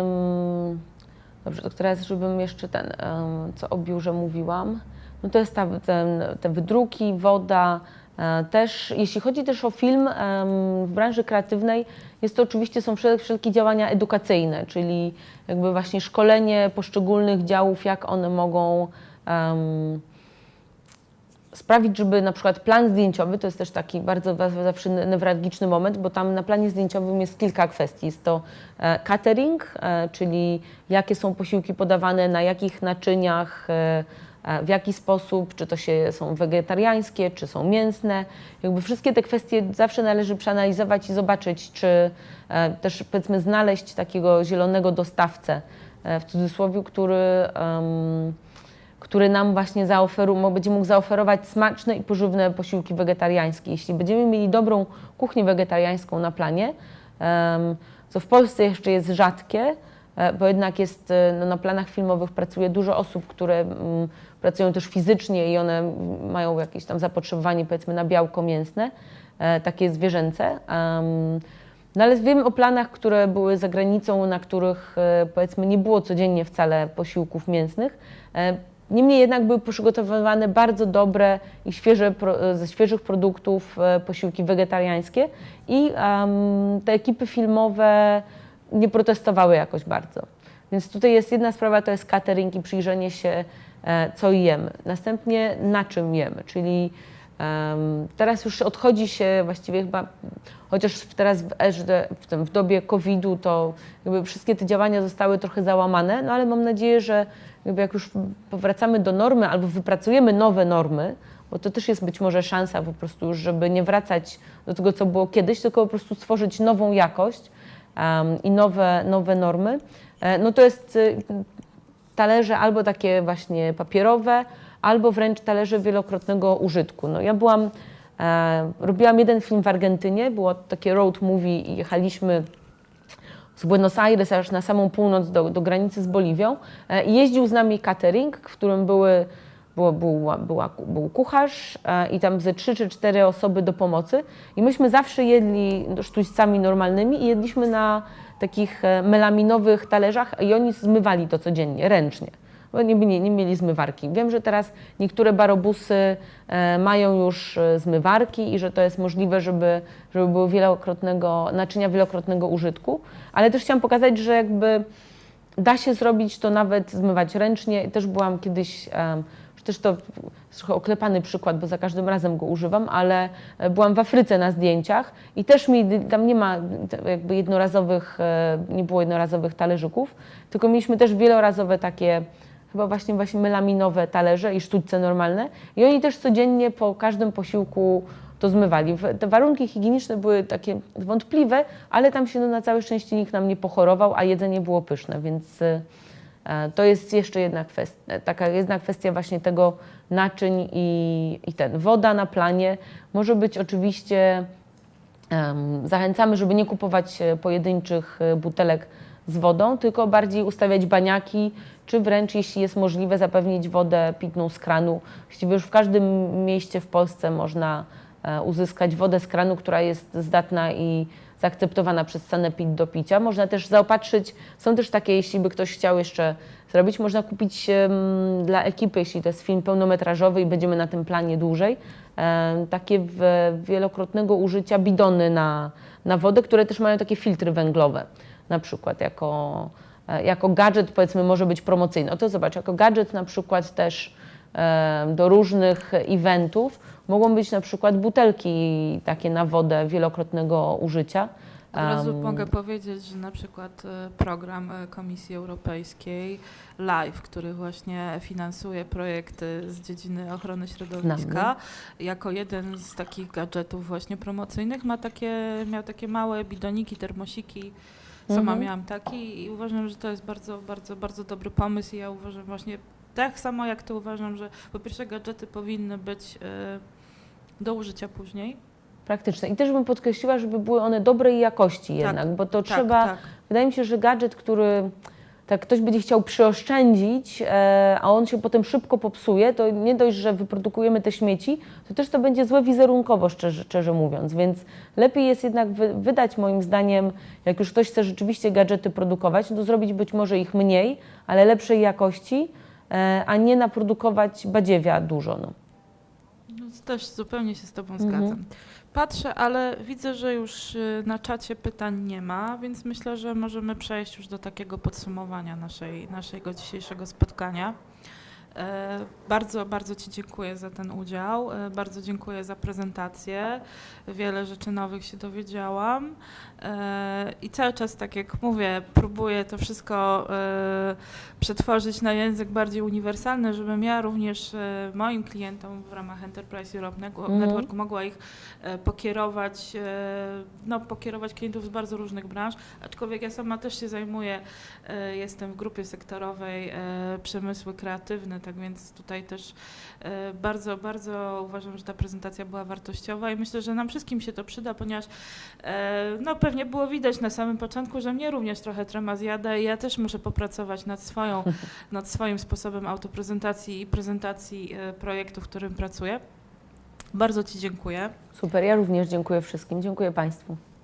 dobrze, to teraz, żebym jeszcze co o biurze mówiłam, no to jest te wydruki, woda. Też, jeśli chodzi też o film w branży kreatywnej, jest to oczywiście są wszelkie działania edukacyjne, czyli właśnie szkolenie poszczególnych działów, jak one mogą sprawić, żeby na przykład plan zdjęciowy, to jest też taki bardzo zawsze newralgiczny moment, bo tam na planie zdjęciowym jest kilka kwestii. Jest to catering, czyli jakie są posiłki podawane, na jakich naczyniach, w jaki sposób, czy to są wegetariańskie, czy są mięsne. Jakby wszystkie te kwestie zawsze należy przeanalizować i zobaczyć, czy też powiedzmy znaleźć takiego zielonego dostawcę, w cudzysłowie, który nam właśnie będzie mógł zaoferować smaczne i pożywne posiłki wegetariańskie. Jeśli będziemy mieli dobrą kuchnię wegetariańską na planie, co w Polsce jeszcze jest rzadkie, bo jednak jest, na planach filmowych pracuje dużo osób, które pracują też fizycznie i one mają jakieś tam zapotrzebowanie powiedzmy na białko mięsne, takie zwierzęce. No ale wiem o planach, które były za granicą, na których powiedzmy nie było codziennie wcale posiłków mięsnych. Niemniej jednak były przygotowywane bardzo dobre i ze świeżych produktów posiłki wegetariańskie i te ekipy filmowe nie protestowały jakoś bardzo. Więc tutaj jest jedna sprawa, to jest catering i przyjrzenie się, co jemy. Następnie na czym jemy, czyli teraz już odchodzi się właściwie chyba, chociaż teraz w dobie COVID-u to jakby wszystkie te działania zostały trochę załamane, no ale mam nadzieję, że jakby jak już powracamy do normy albo wypracujemy nowe normy, bo to też jest być może szansa po prostu już, żeby nie wracać do tego, co było kiedyś, tylko po prostu stworzyć nową jakość i nowe normy, no to jest talerze albo takie właśnie papierowe, albo wręcz talerze wielokrotnego użytku. No ja robiłam jeden film w Argentynie, było takie road movie i jechaliśmy z Buenos Aires aż na samą północ do granicy z Boliwią i jeździł z nami catering, w którym był kucharz i tam ze 3 czy 4 osoby do pomocy i myśmy zawsze jedli sztućcami normalnymi i jedliśmy na takich melaminowych talerzach i oni zmywali to codziennie, ręcznie. Bo nie mieli zmywarki. Wiem, że teraz niektóre barobusy mają już zmywarki i że to jest możliwe, żeby były naczynia wielokrotnego użytku, ale też chciałam pokazać, że jakby da się zrobić to nawet zmywać ręcznie. Też byłam kiedyś, też to jest trochę oklepany przykład, bo za każdym razem go używam, ale byłam w Afryce na zdjęciach i też tam nie ma jakby nie było jednorazowych talerzyków, tylko mieliśmy też wielorazowe takie chyba właśnie melaminowe talerze i sztućce normalne i oni też codziennie po każdym posiłku to zmywali. Te warunki higieniczne były takie wątpliwe, ale tam się na całe szczęście nikt nam nie pochorował, a jedzenie było pyszne, więc to jest jeszcze jedna kwestia właśnie tego naczyń i woda na planie może być oczywiście, zachęcamy, żeby nie kupować pojedynczych butelek z wodą, tylko bardziej ustawiać baniaki, czy wręcz, jeśli jest możliwe, zapewnić wodę pitną z kranu. Właściwie już w każdym mieście w Polsce można uzyskać wodę z kranu, która jest zdatna i zaakceptowana przez sanepid do picia. Można też zaopatrzyć, są też takie, jeśli by ktoś chciał jeszcze zrobić, można kupić dla ekipy, jeśli to jest film pełnometrażowy i będziemy na tym planie dłużej, takie wielokrotnego użycia bidony na wodę, które też mają takie filtry węglowe, na przykład jako gadżet powiedzmy może być promocyjny. To zobacz, jako gadżet na przykład też do różnych eventów mogą być na przykład butelki takie na wodę wielokrotnego użycia. Od razu mogę powiedzieć, że na przykład program Komisji Europejskiej LIFE, który właśnie finansuje projekty z dziedziny ochrony środowiska, jako jeden z takich gadżetów właśnie promocyjnych miał takie małe bidoniki, termosiki. Sama miałam taki i uważam, że to jest bardzo, bardzo, bardzo dobry pomysł i ja uważam właśnie tak samo jak ty uważam, że po pierwsze gadżety powinny być do użycia później. Praktyczne. I też bym podkreśliła, żeby były one dobrej jakości jednak, bo to trzeba, wydaje mi się, że gadżet, który ktoś będzie chciał przyoszczędzić, a on się potem szybko popsuje, to nie dość, że wyprodukujemy te śmieci, to też to będzie złe wizerunkowo, szczerze mówiąc, więc lepiej jest jednak wydać moim zdaniem, jak już ktoś chce rzeczywiście gadżety produkować, to zrobić być może ich mniej, ale lepszej jakości, a nie naprodukować badziewia dużo. No też zupełnie się z tobą zgadzam. Patrzę, ale widzę, że już na czacie pytań nie ma, więc myślę, że możemy przejść już do takiego podsumowania naszego dzisiejszego spotkania. Bardzo, bardzo Ci dziękuję za ten udział, bardzo dziękuję za prezentację. Wiele rzeczy nowych się dowiedziałam i cały czas, tak jak mówię, próbuję to wszystko przetworzyć na język bardziej uniwersalny, żebym ja również moim klientom w ramach Enterprise Europe Network mogła ich pokierować, pokierować klientów z bardzo różnych branż, aczkolwiek ja sama też się zajmuję, jestem w grupie sektorowej przemysły kreatywne, tak więc tutaj też bardzo, bardzo uważam, że ta prezentacja była wartościowa i myślę, że nam wszystkim się to przyda, ponieważ pewnie było widać na samym początku, że mnie również trochę trema zjada i ja też muszę popracować nad swoim sposobem autoprezentacji i prezentacji projektu, w którym pracuję. Bardzo Ci dziękuję. Super, ja również dziękuję wszystkim. Dziękuję Państwu.